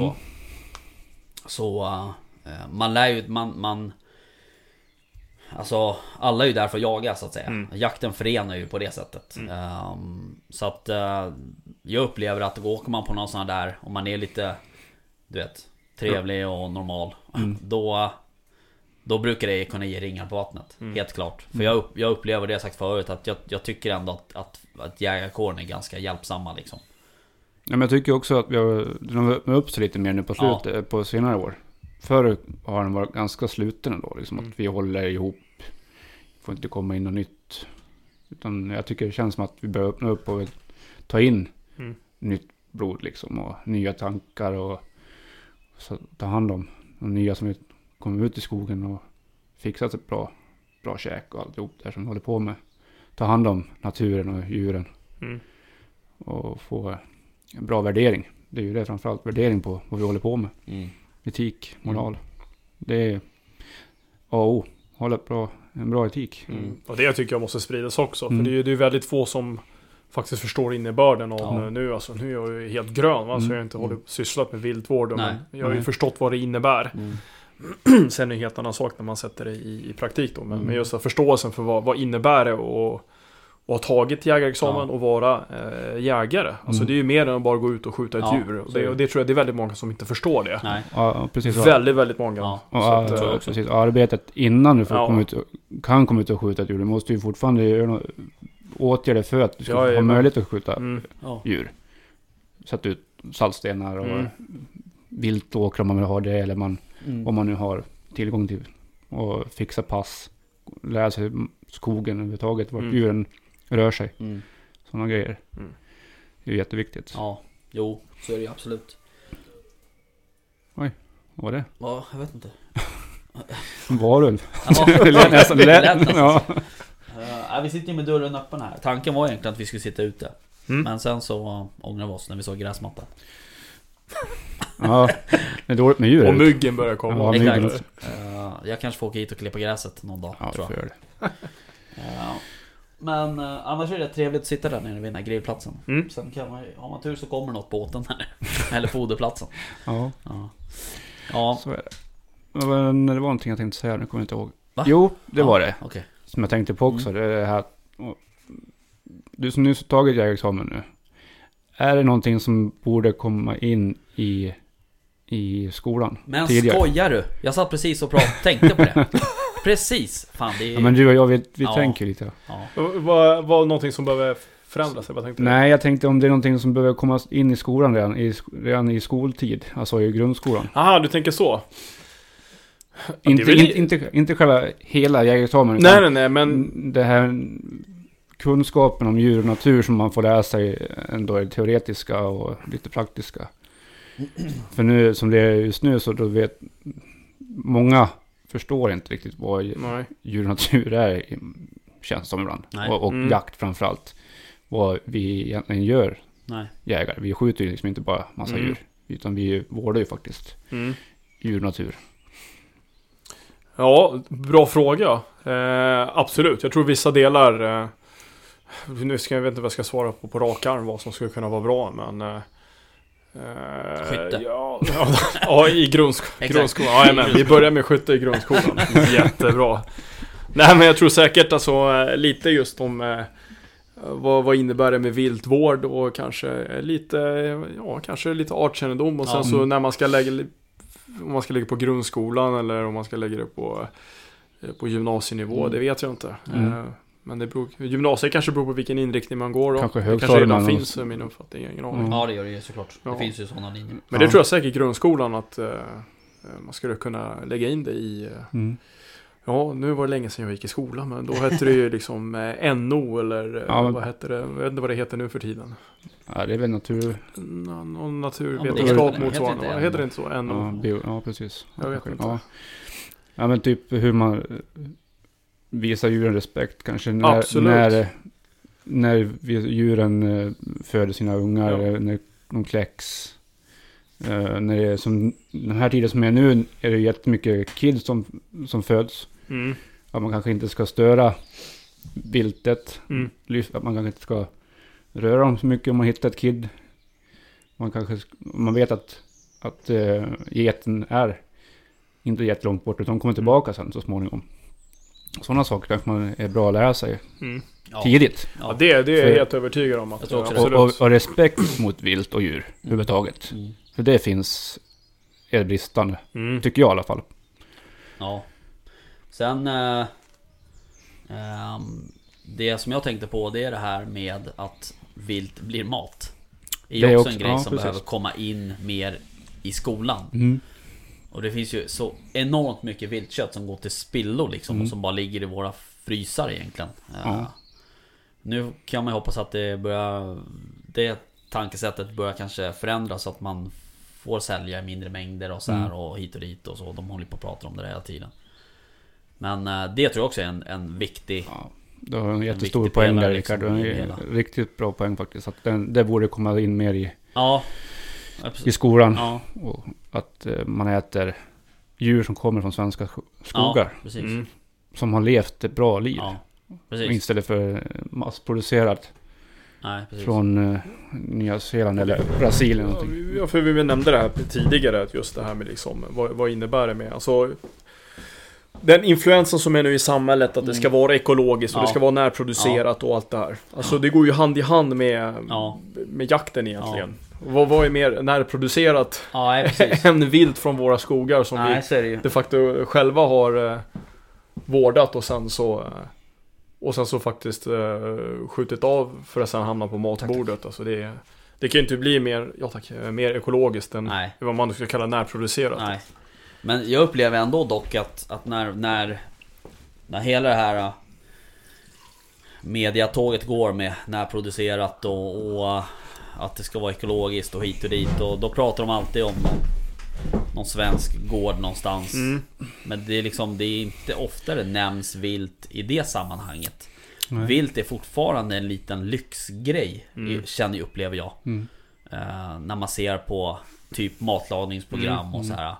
så man lär ju man alltså alla är ju där för att jaga så att säga. Jakten förenar ju på det sättet. Så att jag upplever att åker man på någon sån där, om man är lite, du vet, trevlig och normal, då brukar det kunna ge ringar på vattnet. Helt klart. För jag upplever det jag sagt förut, att jag tycker ändå att jägarkåren är ganska hjälpsamma liksom. Ja, men jag tycker också att vi har öppnat upp sig lite mer nu på slutet, på senare år. Förr har den varit ganska sluten ändå, liksom, att vi håller ihop. Får inte komma in något nytt. Utan jag tycker det känns som att vi börjar öppna upp och ta in nytt blod liksom, och nya tankar och så ta hand om de nya som kommer ut i skogen och fixat ett bra käk och alltihop där som vi håller på med. Ta hand om naturen och djuren. Och få en bra värdering. Det är ju det framförallt, värdering på vad vi håller på med. Etik, moral. Det är A och O. Hålla en bra etik. Och det tycker jag måste spridas också. För det är väldigt få som faktiskt förstår innebörden av nu. Alltså, nu är jag ju helt grön, va? Så jag har inte sysslat med viltvård. Men jag har ju förstått vad det innebär. Sen är det en helt annan sak när man sätter det i praktik då. Men just att förståelsen för vad innebär det och ha tagit jägarexamen och vara jägare. Alltså det är ju mer än att bara gå ut och skjuta ett djur. Och det tror jag det är väldigt många som inte förstår det. Nej. Ja, precis. Väldigt, väldigt många. Ja, så att, precis. Arbetet innan du får kan komma ut och skjuta ett djur. Du måste ju fortfarande göra åtgärder för att du ska ha möjlighet att skjuta djur. Sätta ut saltstenar och viltåkrar om man vill ha det. Eller om man nu har tillgång till och fixa pass. Lära sig skogen överhuvudtaget, vart djuren rör sig. Sådana grejer. Det är jätteviktigt. Ja, jo, så är det ju absolut. Oj, vad var det? Ja, jag vet inte. Varulv. Ja, det lät nästan. Ja. Vi sitter ju med dörren öppen här. Tanken var egentligen att vi skulle sitta ute. Men sen så ångrade vi oss när vi såg gräsmattan. Ja, det är dåligt med djur. Och myggen börjar komma. Ja, exakt. Jag kanske får åka hit och klippa gräset någon dag, tror jag. För det. Men annars är det trevligt att sitta där nere vid den här grillplatsen. Sen kan man, har man tur så kommer något på båten här. Eller foderplatsen. Ja. Så är det. Men det var någonting jag tänkte säga, nu kommer jag inte ihåg. Va? Jo, det var det. Okay. Som jag tänkte på också. Det är det här. Du som nyss har tagit jägarexamen nu. Är det någonting som borde komma in i skolan? Men tidigare? Skojar du? Jag satt precis och tänkte på det. Precis. Fan, det är... Ja, men du och jag, vi tänker lite. Var någonting som behöver förändras? Nej, jag tänkte om det är någonting som behöver komma in i skolan redan i skoltid. Alltså i grundskolan. Aha, du tänker så. Inte själva hela jägarexamen. Nej, men det här kunskapen om djur och natur som man får lära sig ändå är teoretiska och lite praktiska. För nu, som det är just nu, så då vet många förstår inte riktigt vad djur och natur är, känns som ibland. Och jakt framförallt. Vad vi egentligen gör jägare. Vi skjuter ju liksom inte bara massa djur, utan vi vårdar ju faktiskt djur och natur. Ja, bra fråga. Absolut. Jag tror vissa delar... nu ska jag vet inte vad jag ska svara på rak arm vad som skulle kunna vara bra, men... Skytte. Ja, i grundskolan. Ja, men vi börjar med skytte i grundskolan. Jättebra. Nej, men jag tror säkert alltså lite just om vad innebär det med viltvård och kanske lite artkännedom och sen så när man ska lägga om man ska lägga på grundskolan eller om man ska lägga det på gymnasienivå, det vet jag inte. Men det beror, gymnasiet kanske beror på vilken inriktning man går. Kanske redan finns min uppfattning. Ingen aning. Ja, det gör det ju såklart. Det finns ju sådana linjer. Men det tror jag säkert i grundskolan att man skulle kunna lägga in det i... Ja, nu var det länge sedan jag gick i skolan, men då hette det ju liksom NO eller vad hette det? Jag vet inte vad det heter nu för tiden. Ja, det är väl naturvetenskap motsvarande. Vad heter det inte så? NO? Ja, precis. Jag vet inte. Ja, men typ hur man visar djuren respekt kanske när djuren föder sina ungar, när de kläcks. När det är som den här tiden som är nu är det jättemycket kids som föds. Att man kanske inte ska störa viltet. Att man kanske inte ska röra dem så mycket om man hittar ett kid. Man vet att geten är inte jättelångt bort utan kommer tillbaka sen så småningom. Sådana saker kanske man är bra att lära sig tidigt. Ja, det är jag helt övertygad om. Att och respekt mot vilt och djur överhuvudtaget. För det är bristande. Tycker jag i alla fall. Ja. Sen det som jag tänkte på, det är det här med att vilt blir mat. Det är också en grej som behöver komma in mer i skolan. Och det finns ju så enormt mycket viltkött som går till spillo liksom, och som bara ligger i våra frysar egentligen. Nu kan man hoppas att det tankesättet börjar kanske förändras så att man får sälja i mindre mängder och så här och hit och dit och så. De håller på att prata om det hela tiden. Men det tror jag också är en viktig... Ja, du har en jättestor poäng där, Rickard. Liksom, en riktigt bra poäng faktiskt. Att det borde komma in mer i skolan. Ja. Och att man äter djur som kommer från svenska skogar. Ja, precis. Som har levt ett bra liv. Ja, precis. Istället för massproducerat. Nej, från Nya Zeeland eller Brasilien. Ja, för vi nämnde det här tidigare, att just det här med liksom, vad innebär det med, alltså den influensen som är nu i samhället, att det ska vara ekologiskt och det ska vara närproducerat och allt det här. Alltså det går ju hand i hand med jakten egentligen. Vad är mer närproducerat än vilt från våra skogar som vi de facto själva har vårdat och sen så faktiskt skjutit av för att sen hamna på matbordet. Alltså det kan ju inte bli mer ekologiskt än vad man skulle kalla närproducerat. Nej. Men jag upplever ändå dock att när hela det här mediatåget går med närproducerat och att det ska vara ekologiskt och hit och dit, och då pratar de alltid om någon svensk gård någonstans. Men det är liksom, det är inte ofta det nämns vilt i det sammanhanget. Vilt är fortfarande en liten lyxgrej, upplever jag. När man ser på typ matlagningsprogram och så här.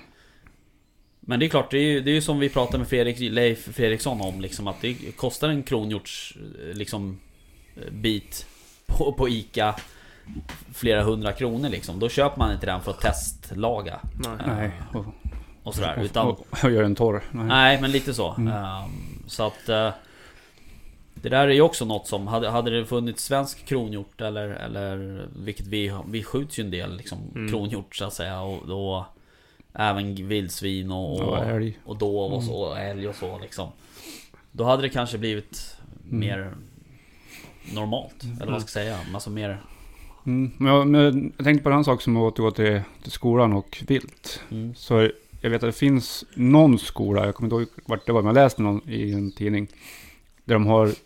Men det är klart, det är ju som vi pratade med Leif Fredriksson om liksom, att det kostar en kronhjorts liksom bit på Ica flera 100 kronor liksom. Då köper man inte den för att testlaga. Nej. Och sådär, utan och gör en torr. Nej, men lite så. Så att det där är ju också något som hade det funnits svensk kronhjort eller vilket vi skjuts ju en del liksom kronhjort så att säga, och då även vildsvin och dov och så, älg och så liksom. Då hade det kanske blivit mer normalt, eller vad ska jag säga, alltså mer. Men jag tänkte på en sak som återgår till skolan och vilt. Så jag vet att det finns någon skola, jag kommer inte ihåg vart det var, men jag läste någon i en tidning där de har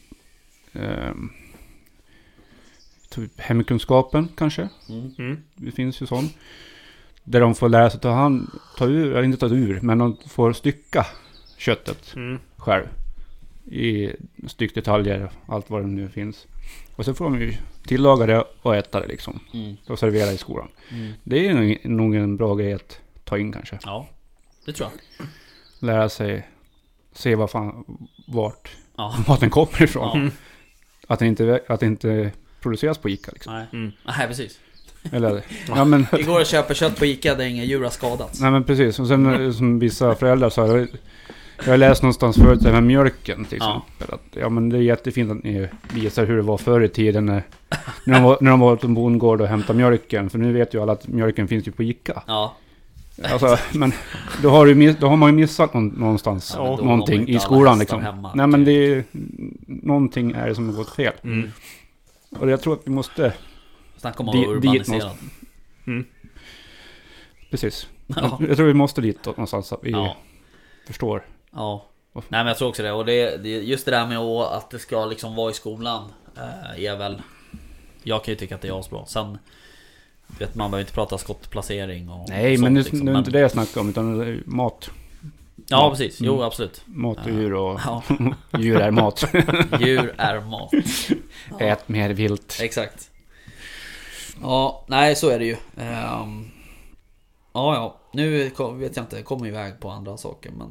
typ hemkunskapen kanske. Det finns ju sån. Där de får lära sig ta ur, men de får stycka köttet själv i styckdetaljer, allt vad det nu finns. Och så får de ju tillaga det och äta det liksom. Och servera i skolan. Det är nog en bra grej att ta in kanske. Ja, det tror jag. lära sig se vart maten kommer ifrån. Att det inte produceras på Ica liksom. Nej, precis. Eller, ja, men, Igår och köper kött på Ica där inga djur har skadats. Nej men precis. Och sen som vissa föräldrar sa, jag har läst någonstans förut det här med mjölken till exempel. Att, men det är jättefint att ni visar hur det var förr i tiden när de var på en bondgård och hämtade mjölken. För nu vet ju alla att mjölken finns ju på Ica. Ja. Alltså, men då har man ju missat någonstans någonting i skolan liksom. Hemma, nej men det är någonting är det som har gått fel. Och jag tror att vi måste snacka om att vara urbaniserad. Precis. Jag tror vi måste dit någonstans så att vi förstår. Ja. Nej men jag tror också det. Och det just det där med att det ska liksom vara i skolan är väl, jag kan ju tycka att det är asbra. Sen vet man behöver inte prata skottplacering och nej sånt, men liksom. Det är inte det jag snackar om utan mat. Ja precis, jo absolut. Mat och djur och djur är mat. Djur är mat. Ät mer vilt. Exakt. Ja, nej så är det ju. Nu vet jag inte, kommer iväg på andra saker men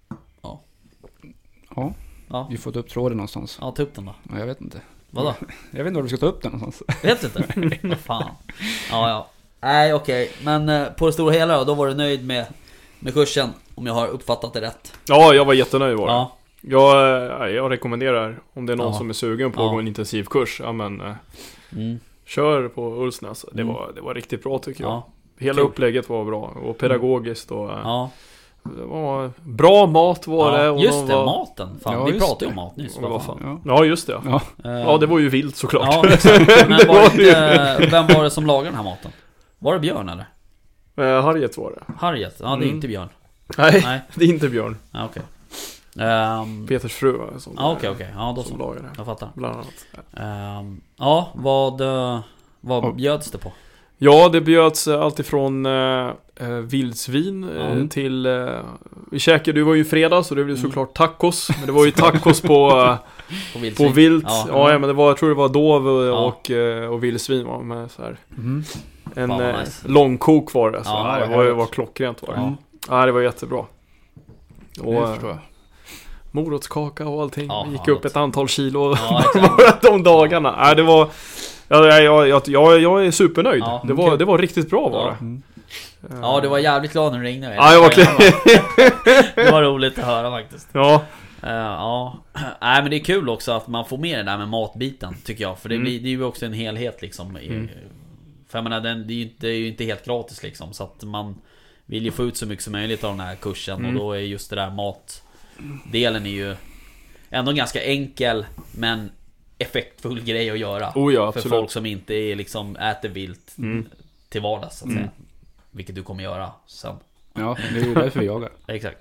ja. Vi får ta upp tråden någonstans. Ja, ta upp den då. Ja, jag vet inte. Vadå? Jag vet inte var du ska ta upp den någonstans. Vet du inte? Vad fan. Ja. Nej, okej. Men på det stora hela då var du nöjd med kursen, om jag har uppfattat det rätt. Ja, jag var jättenöjd var det. Ja. Jag rekommenderar, om det är någon som är sugen på att gå en intensivkurs, kör på Ulsnäs. Det var riktigt bra tycker jag. Hela upplägget var bra och pedagogiskt och det var bra mat var det. Och just det, maten. Fan, vi pratade om mat nyss. Ja, just det. Ja, det var ju vilt såklart. Ja, exakt. Men vem var det som lagade den här maten? Var det Björn eller? Harriet var det. Harriet? Ja, det är inte Björn. Nej, det är inte Björn. Ja, okej. Peters fru som okej. Ja, då som lagade det. Jag fattar. Bland annat. Vad bjöds det på? Ja, det bjöds allt ifrån vildsvin till vi käkade, det var ju fredag så det blev såklart tacos, men det var ju tacos på vilt. Ja, men det var, jag tror det var dov och vildsvin var med så här. En långkok var det, så det var klockrent var det. Ja, det var jättebra. Och morotskaka och allting. Gick upp ett antal kilo de dagarna. Nej, det var jag är supernöjd. Det var riktigt bra var det. Ja, du var jävligt glad när du ringde. Ja, jag var det var roligt att höra faktiskt. Ja. Nej, men det är kul också att man får med det där med matbiten tycker jag. För det är ju också en helhet liksom. För jag menar, det är ju inte helt gratis liksom. Så att man vill ju få ut så mycket som möjligt av den här kursen. Och då är just det där matdelen är ju ändå ganska enkel, men effektfull grej att göra. För folk som inte är liksom äter vilt till vardags så att säga. Vilket du kommer göra sen. Ja, det är ju därför vi jagar. Exakt.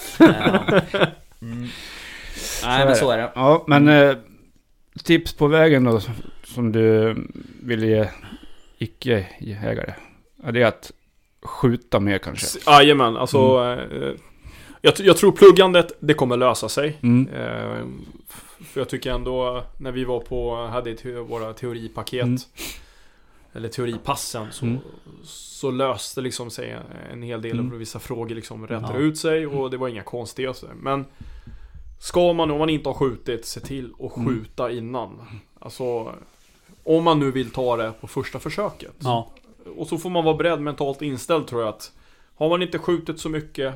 Nej, men så är det. Ja, men tips på vägen då som du vill ge icke-jägare. Det är att skjuta mer kanske. Jajamän, alltså jag tror pluggandet, det kommer lösa sig. För jag tycker ändå när vi hade våra teoripaket eller teoripassen så löste liksom sig en hel del av vissa frågor liksom rättade ut sig och det var inga konstigheter. Men om man inte har skjutit, se till att skjuta innan. Alltså om man nu vill ta det på första försöket. Ja. Och så får man vara beredd, mentalt inställd tror jag, att har man inte skjutit så mycket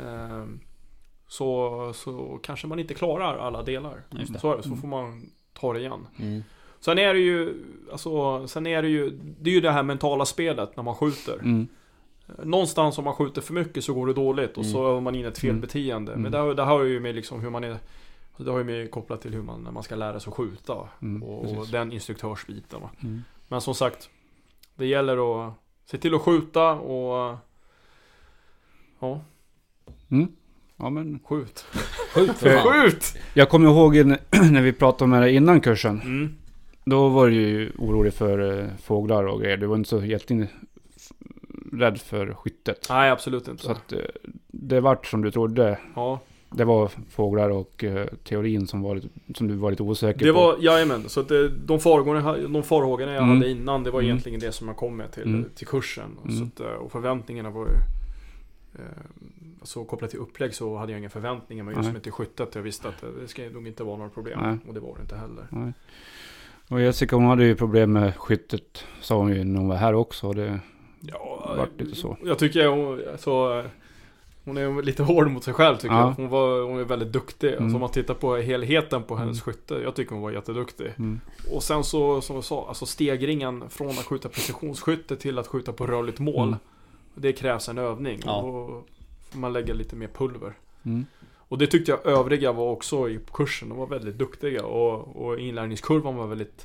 så kanske man inte klarar alla delar. Så får man ta det igen. Sen är det ju det är ju det här mentala spelet när man skjuter. Någonstans om man skjuter för mycket så går det dåligt och så har man in ett felbeteende. Men det har ju med liksom hur man är, det har ju med kopplat till hur man när man ska lära sig att skjuta och den instruktörsbiten. Men som sagt, det gäller att se till att skjuta och ja men skjut. Skjut. Jag kommer ihåg när vi pratade om det innan kursen. Då var du ju orolig för fåglar och grejer. Du var inte så rädd för skyttet. Nej, absolut inte. Så att det vart som du trodde. Ja. Det var fåglar och teorin som du var lite osäker det var, på. Jajamän, så att de farhågorna jag hade innan, det var egentligen det som jag kom med till kursen. Och, så att, och förväntningarna var ju så kopplat till upplägg så hade jag inga förväntningar. Men just med till skyttet, jag visste att det ska nog inte vara några problem. Nej. Och det var det inte heller. Nej. Och Jessica, hon hade ju problem med skyttet, sa hon ju när hon var här också. Och det var lite så. Jag tycker hon är lite hård mot sig själv tycker jag. Hon är väldigt duktig. Alltså, om man tittar på helheten på hennes skytte. Jag tycker hon var jätteduktig. Och sen så, som jag sa, alltså stegringen från att skjuta precisionsskytte till att skjuta på rörligt mål. Det krävs en övning. Och man lägger lite mer pulver. Och det tyckte jag övriga var också i kursen. De var väldigt duktiga. Och inlärningskurvan var väldigt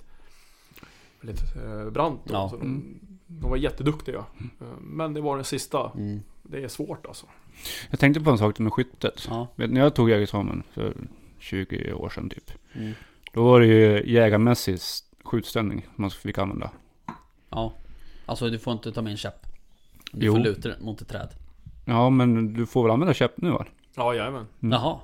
brant. Ja. Så de var jätteduktiga. Men det var den sista. Det är svårt alltså. Jag tänkte på en sak med skyttet. När jag tog jägarexamen för 20 år sedan typ. Då var det ju jägarmässig skjutställning man fick använda. Ja. Alltså du får inte ta med en käpp. Du får luta mot ett träd. Ja, men du får väl använda käpp nu, va? Ja, jajamän. Jaha.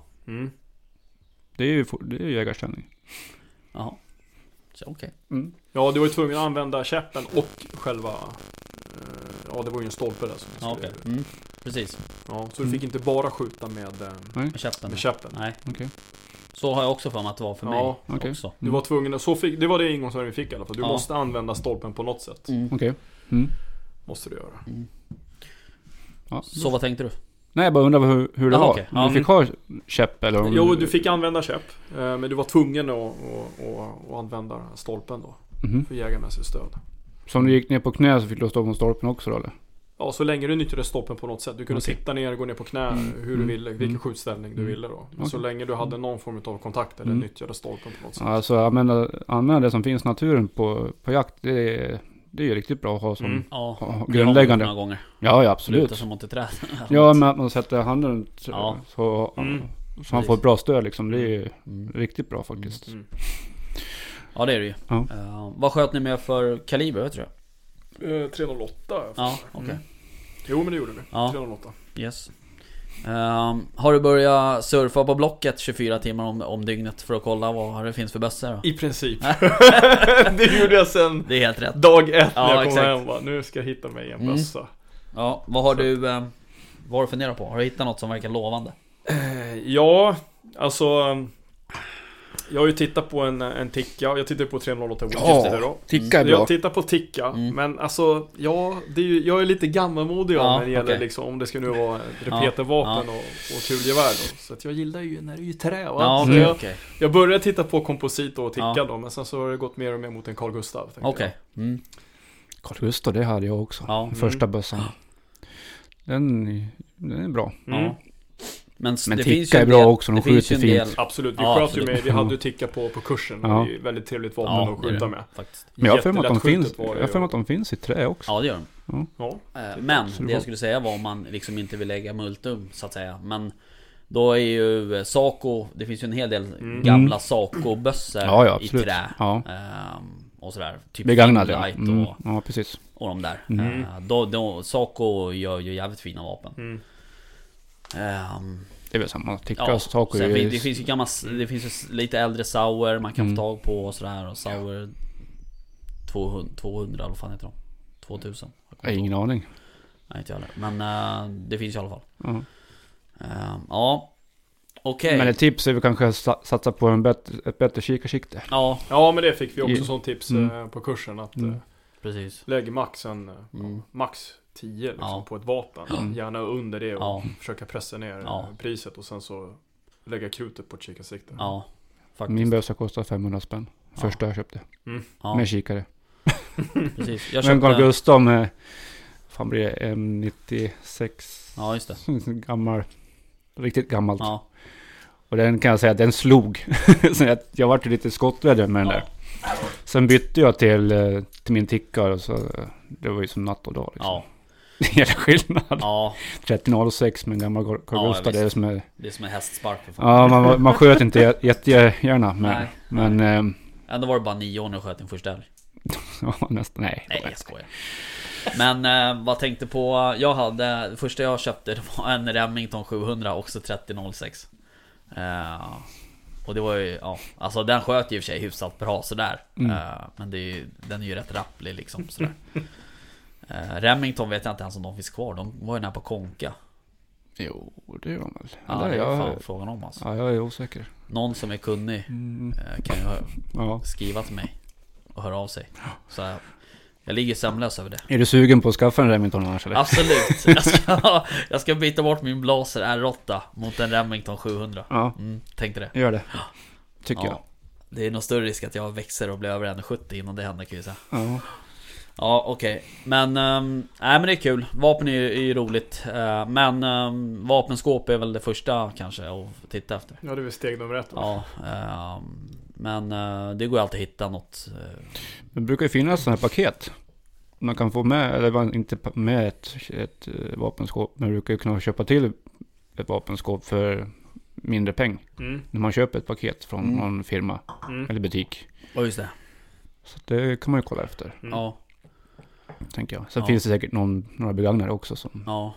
Det är ju jägarställning. Jaha. Så okej. Ja, du var ju tvungen att använda käppen och själva... Ja, det var ju en stolpe där. Ja, okej. Precis. Ja, så du fick inte bara skjuta med käppen. Nej. Okej. Så har jag också för mig att det var för mig också. Du var tvungen att... Det var det ingångsvärden vi fick i alla fall. Du måste använda stolpen på något sätt. Okej. Måste du göra. Ja. Så vad tänkte du? Nej, jag bara undrar hur det var. Okay. Du fick ha käpp eller? Jo, du fick använda käpp. Men du var tvungen att använda stolpen då. För jägarmässigt stöd. Så om du gick ner på knä så fick du stå på stolpen också då, eller? Ja, så länge du nyttjade stolpen på något sätt. Du kunde sitta ner och gå ner på knä hur du ville, vilken skjutställning du ville då. Men så länge du hade någon form av kontakt eller nyttjade stolpen på något sätt. Alltså använda det som finns i naturen på jakt, det är ju riktigt bra att ha som grundläggande. Några gånger. Ja, absolut. Luta som mot ett träd. Ja, men att man sätter handen runt så man får ett bra stöd liksom. Det är ju riktigt bra faktiskt. Ja, det är det ju. Vad sköt ni med för kaliber, vet du? 308. Ja, okej. Jo, men det gjorde vi. 308. Yes. Har du börjat surfa på Blocket 24 timmar om dygnet för att kolla vad det finns för bössor? I princip. Det gjorde jag sen. Det är helt rätt. Dag 1 när jag kom hem. Nu ska jag hitta mig en bössa. Ja, vad har du funderat på? Har du hittat något som verkar lovande? Ja, alltså... Jag har ju tittat på en Tikka. Jag tittar på 308 då. Tikka är bra. Jag tittar på Tikka. Men alltså, jag är lite gammalmodig när det gäller liksom, om det ska nu vara repetervapen och kulgevär då. Så att jag gillar ju när det är ju trä. Jag började titta på komposit och Tikka då. Men sen så har det gått mer och mer mot en Carl Gustaf. Okej. Carl Gustaf, det hade jag också. Första bössan. Den är bra. Men det Tikka är bra också, de skjuter fint. Absolut, vi sköt ju med, vi hade ju Tikka på kursen. Det är väldigt trevligt vapen att skjuta med. Faktiskt. Men jag har för mig att de finns i trä också. Ja, det gör de. Men det jag skulle säga var om man liksom inte vill lägga multum så att säga. Men då är ju Saco, det finns ju en hel del gamla Saco-bössor i trä. Och sådär. Typ begagnade. Ja, precis. Och de där. Då Saco gör ju jävligt fina vapen. Det är väl samma Tikka och Saco. Det finns ju det finns ju lite äldre Sauer man kan få tag på och sådär. Och Sauer 200 eller vad fan heter de? 2000. Jag har ingen aning. Nej, inte jag heller. Men det finns i alla fall. Okej. Men ett tips är vi kanske satsa på ett bättre kikarsikte. Ja, men det fick vi också som tips på kursen. Att precis. Lägg max 10 liksom, på ett vapen. Gärna under det och försöka pressa ner priset och sen så lägga krutet på ett kikarsikte. Faktiskt. Min bössa kostar 500 spänn. Första jag köpte. Med kikare. Precis. Men Carl Gustaf med fan blir det M96. Ja, just det. Gammal. Riktigt gammalt. Och den kan jag säga att den slog. Så jag var lite skotträdd med den där. Sen bytte jag till min Tikka och så det var ju som natt och dag liksom. Det är skillnad. 3006 med en gammal Carl Gustaf, det är som är hästspark för fan. Ja, man sköt inte jättegärna men ändå var det bara 9 år när jag sköt din första älg. Ja, nästan. Nej, jag skojar. Men vad tänkte på, det första jag köpte det var en Remington 700 också 3006. Och det var ju, alltså den sköt ju i och för sig hyfsat bra sådär. Men den är ju rätt rapplig liksom sådär. Remington vet jag inte ens om de finns kvar. De var ju nära på Konka. Jo, det gör de väl. Ja, det är fan frågan om alltså. Ja, jag är osäker. Någon som är kunnig kan ju skriva till mig och höra av sig. Så jag ligger sömnlös över det. Är du sugen på att skaffa en Remington annars eller? Absolut. Jag ska byta bort min Blaser R8 mot en Remington 700. Ja. Tänkte det. Gör det. Tycker jag. Det är nog större risk att jag växer och blir över 1,70 innan det händer, kan jag säga. Ja. Ja, okej. Men, men det är kul. Vapen är ju roligt. Men vapenskåp är väl det första kanske att titta efter. Ja, det är väl steg nummer 1. Ja, men det går alltid att hitta något. Det brukar ju finnas sådana här paket. Man kan få med, eller inte med ett vapenskåp. Men man brukar ju kunna köpa till ett vapenskåp för mindre peng. När man köper ett paket från någon firma eller butik. Ja, just det. Så det kan man ju kolla efter. Ja. Tänker jag. Sen finns det säkert några begagnare också som... Ja.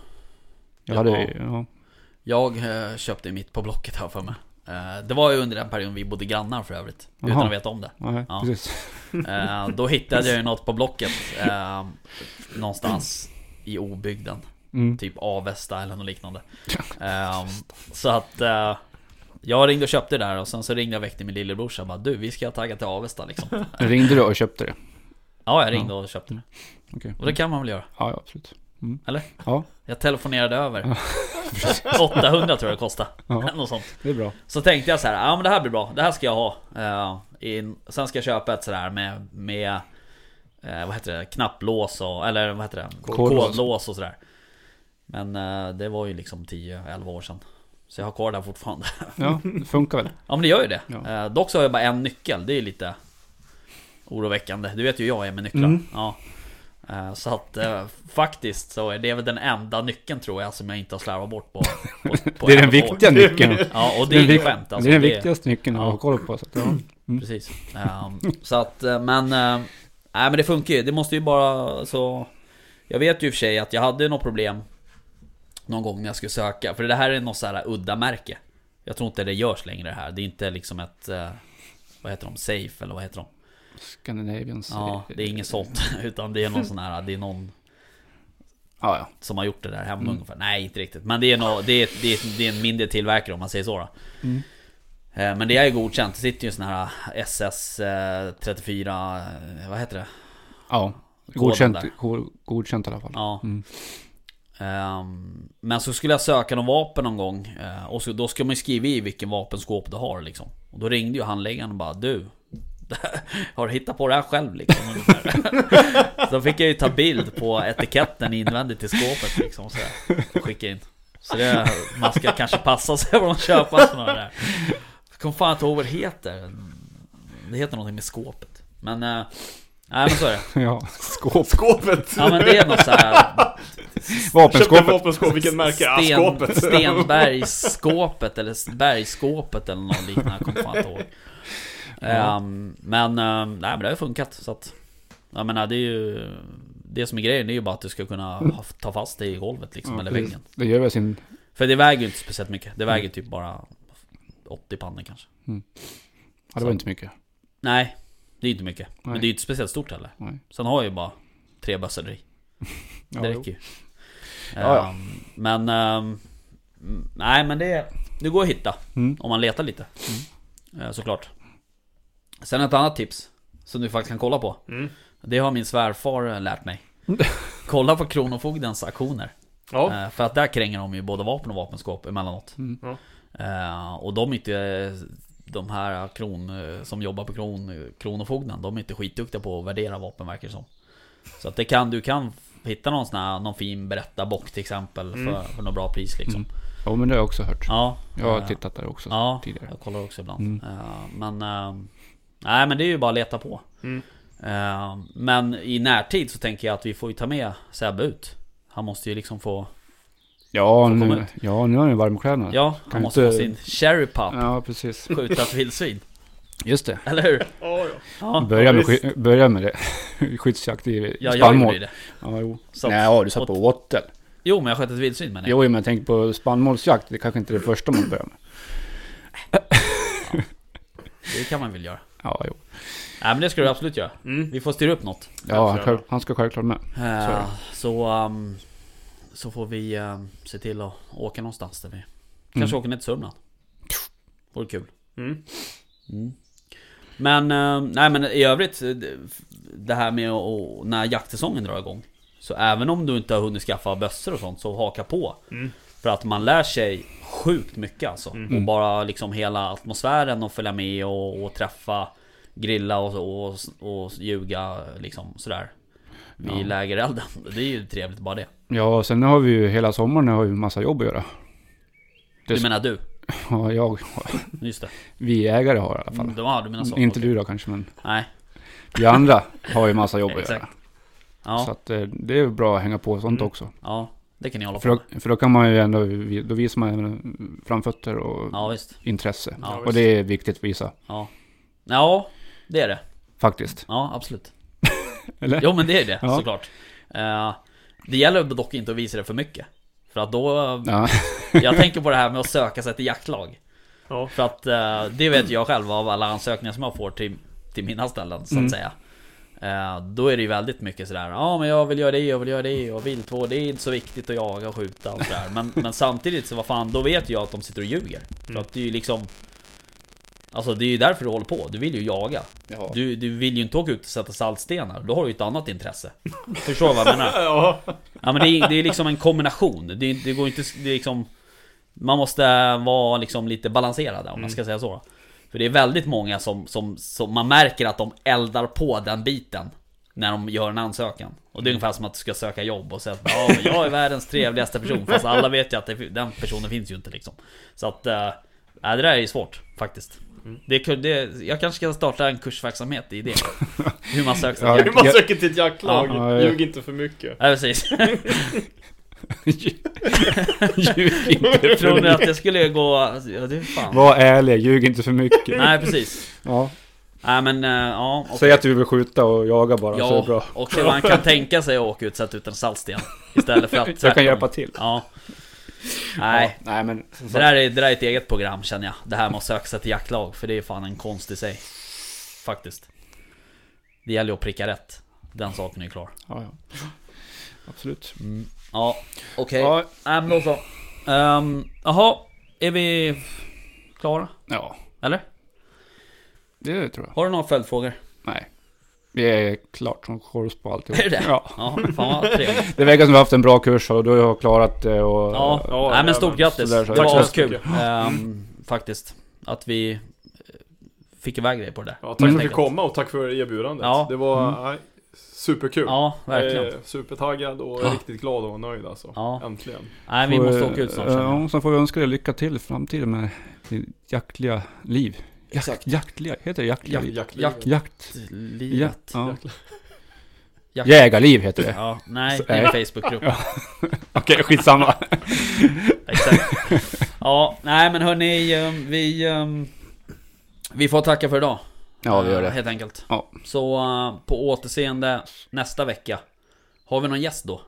Jag köpte mitt på Blocket här för mig. Det var ju under den perioden vi bodde grannar för övrigt. Aha. Utan att veta om det. Ja, precis. Då hittade jag ju något på Blocket någonstans i obygden. Typ Avesta eller något liknande. Så att jag ringde och köpte det där. Och sen så ringde jag väck till min lillebrorsa och bara, du, vi ska tagga till Avesta liksom. Ringde du och köpte det? Ja, jag ringde och köpte det. Okay. Och det kan man väl göra? Ja, absolut. Eller? Ja. Jag telefonerade över 800 tror jag det kostade. Något sånt. Det är bra. Så tänkte jag så här, ja men det här blir bra. Det här ska jag ha. Sen ska jag köpa ett sådär med vad heter det? Knapplås och, eller vad heter det? Kodlås och sådär. Men det var ju liksom 10-11 år sedan. Så jag har kvar det fortfarande. Ja, det funkar väl. Ja, men det gör ju det. Ja. Dock så har jag bara en nyckel. Det är lite oroväckande. Du vet ju jag är med nycklar. Ja. Så att faktiskt så är det väl den enda nyckeln tror jag som jag inte har slarvat bort på det är den viktiga nyckeln. Ja, och det är inte skämt alltså. Det är den viktigaste nyckeln att ha koll på så att, Precis. Så att men nej, men det funkar ju. Det måste ju bara så. Jag vet ju i och för sig att jag hade något problem någon gång när jag skulle söka, för det här är något så här udda märke. Jag tror inte det görs längre det här. Det är inte liksom ett vad heter de? Safe eller vad heter de? Scandinavians. Ja, det är inget sånt utan det är någon sån här, det är någon som har gjort det där hemma ungefär. Nej, inte riktigt. Men det är det är en mindre tillverkare om man säger så då. Men det är ju godkänt. Det sitter ju sån här SS 34, vad heter det? Ja, godkänt i alla fall. Ja. Men så skulle jag söka någon vapen någon gång och så, då ska man ju skriva i vilken vapenskåp du har liksom. Och då ringde ju handläggaren och bara, du har du hittat på det här själv liksom? Så fick jag ju ta bild på etiketten invändigt till skåpet liksom, så jag skicka in. Så det, man ska kanske passa sig vad man köper sådana där. Jag kommer fan inte ihåg vad det heter. Det heter någonting med skåpet. Men nej, men så är det. Ja, skåpet. Ja, men det är något så här vapenskåpet. Vilket märke? Skåpet. Stenbergsskåpet eller bergskåpet eller något liknande. Jag kommer fan inte ihåg. Men nej, men det har funkat så att jag menar, det är ju det som är grejen är ju bara att du ska kunna ta fast det i golvet liksom, eller väggen. Det gör väl sin. För det väger ju inte speciellt mycket. Det väger typ bara 80 pannor kanske. Ja, det var inte mycket. Nej, det är inte mycket. Nej. Men det är ju inte speciellt stort heller. Nej. Sen har jag ju bara 3 bössor i. Det räcker ju. Men nej, men det går att hitta om man letar lite. Såklart. Sen ett annat tips som du faktiskt kan kolla på. Det har min svärfar lärt mig. Kolla på Kronofogdens auktioner. Ja. För att där kränger de ju både vapen och vapenskåp emellanåt. Och de här som jobbar på Kronofogden, de är inte skitduktiga på att värdera vapen, verkar som. Så att du kan hitta någon fin berättarbock till exempel för något bra pris liksom. Ja, men det har jag också hört. Ja, jag har tittat där också tidigare. Jag kollar också ibland. Men nej, men det är ju bara att leta på. Men i närtid så tänker jag att vi får ju ta med Sebbe ut. Han måste ju liksom få nu har han ju varmkläderna. Ja, han måste få sin cherry pop. Ja, precis. Skjuta ett vildsvin. Just det. Eller hur? Ja. Börja med det. Skyddsjakt i spannmål. Jag gjorde det. Ja, jo. Så Nej, du satt på åttel. Jo, men jag sköt ett vildsvin med det. Jo, men jag tänker på spannmålsjakt. Det är kanske inte det första man börjar med. Det kan man väl göra. Ja, jo. Nej, men det ska du absolut göra. Vi får styra upp något. Ja, han ska självklart med. så får vi se till att åka någonstans där vi kanske åker ner till Sörmland. Vore kul. Men nej, men i övrigt, det här med när jaktsäsongen drar igång, så även om du inte har hunnit skaffa bössor och sånt, så haka på. För att man lär sig sjukt mycket alltså. Och bara liksom hela atmosfären och följa med och träffa, grilla och ljuga liksom sådär vid lägerelden. Det är ju trevligt bara det. Ja, sen har vi ju hela sommaren har vi massa jobb att göra. Du menar du? Ja, jag. Just det. Vi ägare har i alla fall. Du menar så. Inte du då kanske, men nej. Vi andra har ju massa jobb att göra. Ja. Så att det är bra att hänga på sånt också. Ja, det kan ni hålla på för då kan man ju ändå, då visar man framfötter och intresse. Ja, och det är viktigt att visa. Ja, det är det. Faktiskt. Ja, absolut. Eller? Jo, men det är det, såklart. Det gäller dock inte att visa det för mycket. För att då... Jag tänker på det här med att söka sig till jaktlag. Ja. För att det vet jag själv av alla ansökningar som jag får till mina ställen, så att säga. Då är det ju väldigt mycket sådär, men jag vill göra det och viltvård, det är inte så viktigt att jaga och skjuta och sådär. Men samtidigt så vad fan, då vet jag att de sitter och ljuger. För att det är ju liksom, alltså det är ju därför du håller på. Du vill ju jaga. Du vill ju inte åka ut och sätta saltstenar. Då har du ju ett annat intresse. Förstår du vad jag menar? Ja, men det är liksom en kombination. Det går inte, det är liksom, man måste vara liksom lite balanserad om man ska säga så. För det är väldigt många som man märker att de eldar på den biten när de gör en ansökan. Och det är ungefär som att du ska söka jobb och säga att jag är världens trevligaste person. Fast alla vet ju att den personen finns ju inte liksom. Så att det där är ju svårt faktiskt. Jag kanske ska starta en kursverksamhet i det. Hur man söker hur man söker till ett jaktlag. Ljug inte för mycket. Ja, precis. Ljug inte för mycket. Att det skulle gå... det är fan. Var ärlig, ljug inte för mycket. Nej, precis. Ja. Nej, men okay. Säg att du vill skjuta och jaga bara, så är det bra. Och man kan tänka sig att åka ut, sätta ut en saltsten istället för att... Jag kan hjälpa till. Ja. Nej, men det där är ett eget program, känner jag. Det här med att söka sig till jaktlag. För det är fan en konst i sig. Faktiskt. Det gäller att pricka rätt. Den saken är klar. Ja. Absolut. Ja, okej. Nej, men då så. Jaha, är vi klara? Ja. Eller? Det tror jag. Har du några följdfrågor? Nej. Vi är klart som kors på alltihop. Är det? Ja, fan vad trevligt. Det verkar som vi har haft en bra kurs och du har klarat det och... Nej, men stort grattis. Det var kul. Faktiskt. Att vi fick iväg dig på det där. Ja, tack för att du fick komma och tack för erbjudandet. Ja. Det var superkul. Ja, verkligen. Supertaggad och riktigt glad och nöjd alltså. Ja. Äntligen. Nej, vi måste åka ut snart. Så får vi önska dig lycka till i framtiden med ditt jaktliga liv. Jaktliga, heter det jaktlivet? Jägarliv heter det. Ja, nej, det är en Facebookgrupp. Okej, skitsamma. Exakt. Ja, nej men hörni, vi får tacka för idag. Ja, vi gör det. Helt enkelt. Ja. Så på återseende nästa vecka. Har vi någon gäst då?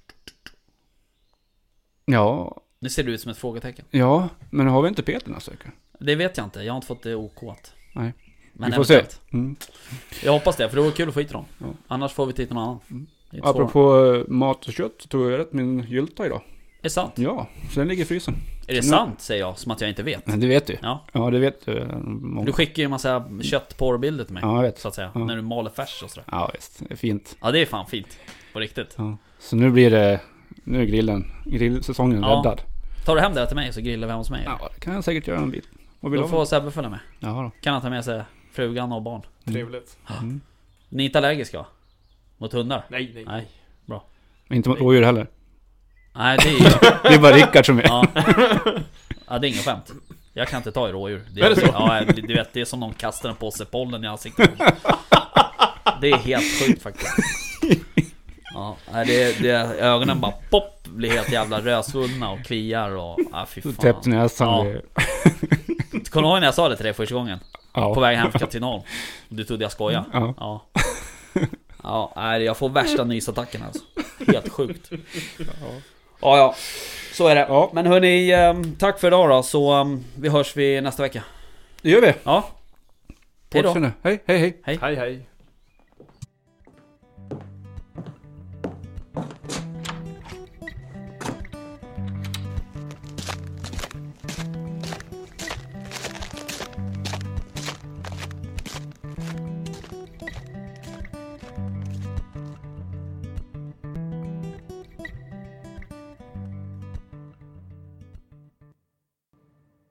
Ja. Nu ser det ut som ett frågetecken. Ja, men har vi inte Peter nästa vecka? Det vet jag inte, jag har inte fått det OK-at. Nej, men vi får se. Jag hoppas det, för det var kul att få hit dem. Ja. Annars får vi titta någon annan. Apropå mat och kött, tog jag rätt min gylta idag. Är det sant? Ja, så den ligger i frysen. Är det sant, säger jag, som att jag inte vet? Men det vet du. Ja, det vet du. Du skickar ju en massa köttporrbilder till mig. Ja, jag vet. Så att säga, när du maler färs och sådär. Ja, visst. Det är fint. Ja, det är fan fint. På riktigt. Ja. Så nu är grillsäsongen räddad. Tar du hem det till mig så grillar vi hos mig? Ja, det kan jag säkert göra en bit. Då får Sebbe följa med. Jaha då. Kan han ta med sig frugan och barn? Trevligt. Ni är inte allergiska? Mot hundar? Nej. Bra. Inte mot rådjur heller? Nej, det är... det är bara Rickard som är. Ja, det är ingen skämt. Jag kan inte ta i rådjur. Det är så? Ja, du vet, det är som någon kastar en påse pollen i ansiktet. Det är helt sjukt faktiskt. Ja, det ögonen bara pop, blir helt jävla rödsvullna och kliar och fy fan. Täppt näsan. Ja. Kommer du ihåg när jag sa det till dig första gången? Ja. På väg hem från Katrineholm. Du trodde jag skoja. Ja. Ja, jag får värsta nysattacken alltså. Helt sjukt. Ja, så är det. Ja. Men hörni, tack för idag då. Så vi hörs vi nästa vecka. Det gör vi. Ja. Hej då. Hej. Hej.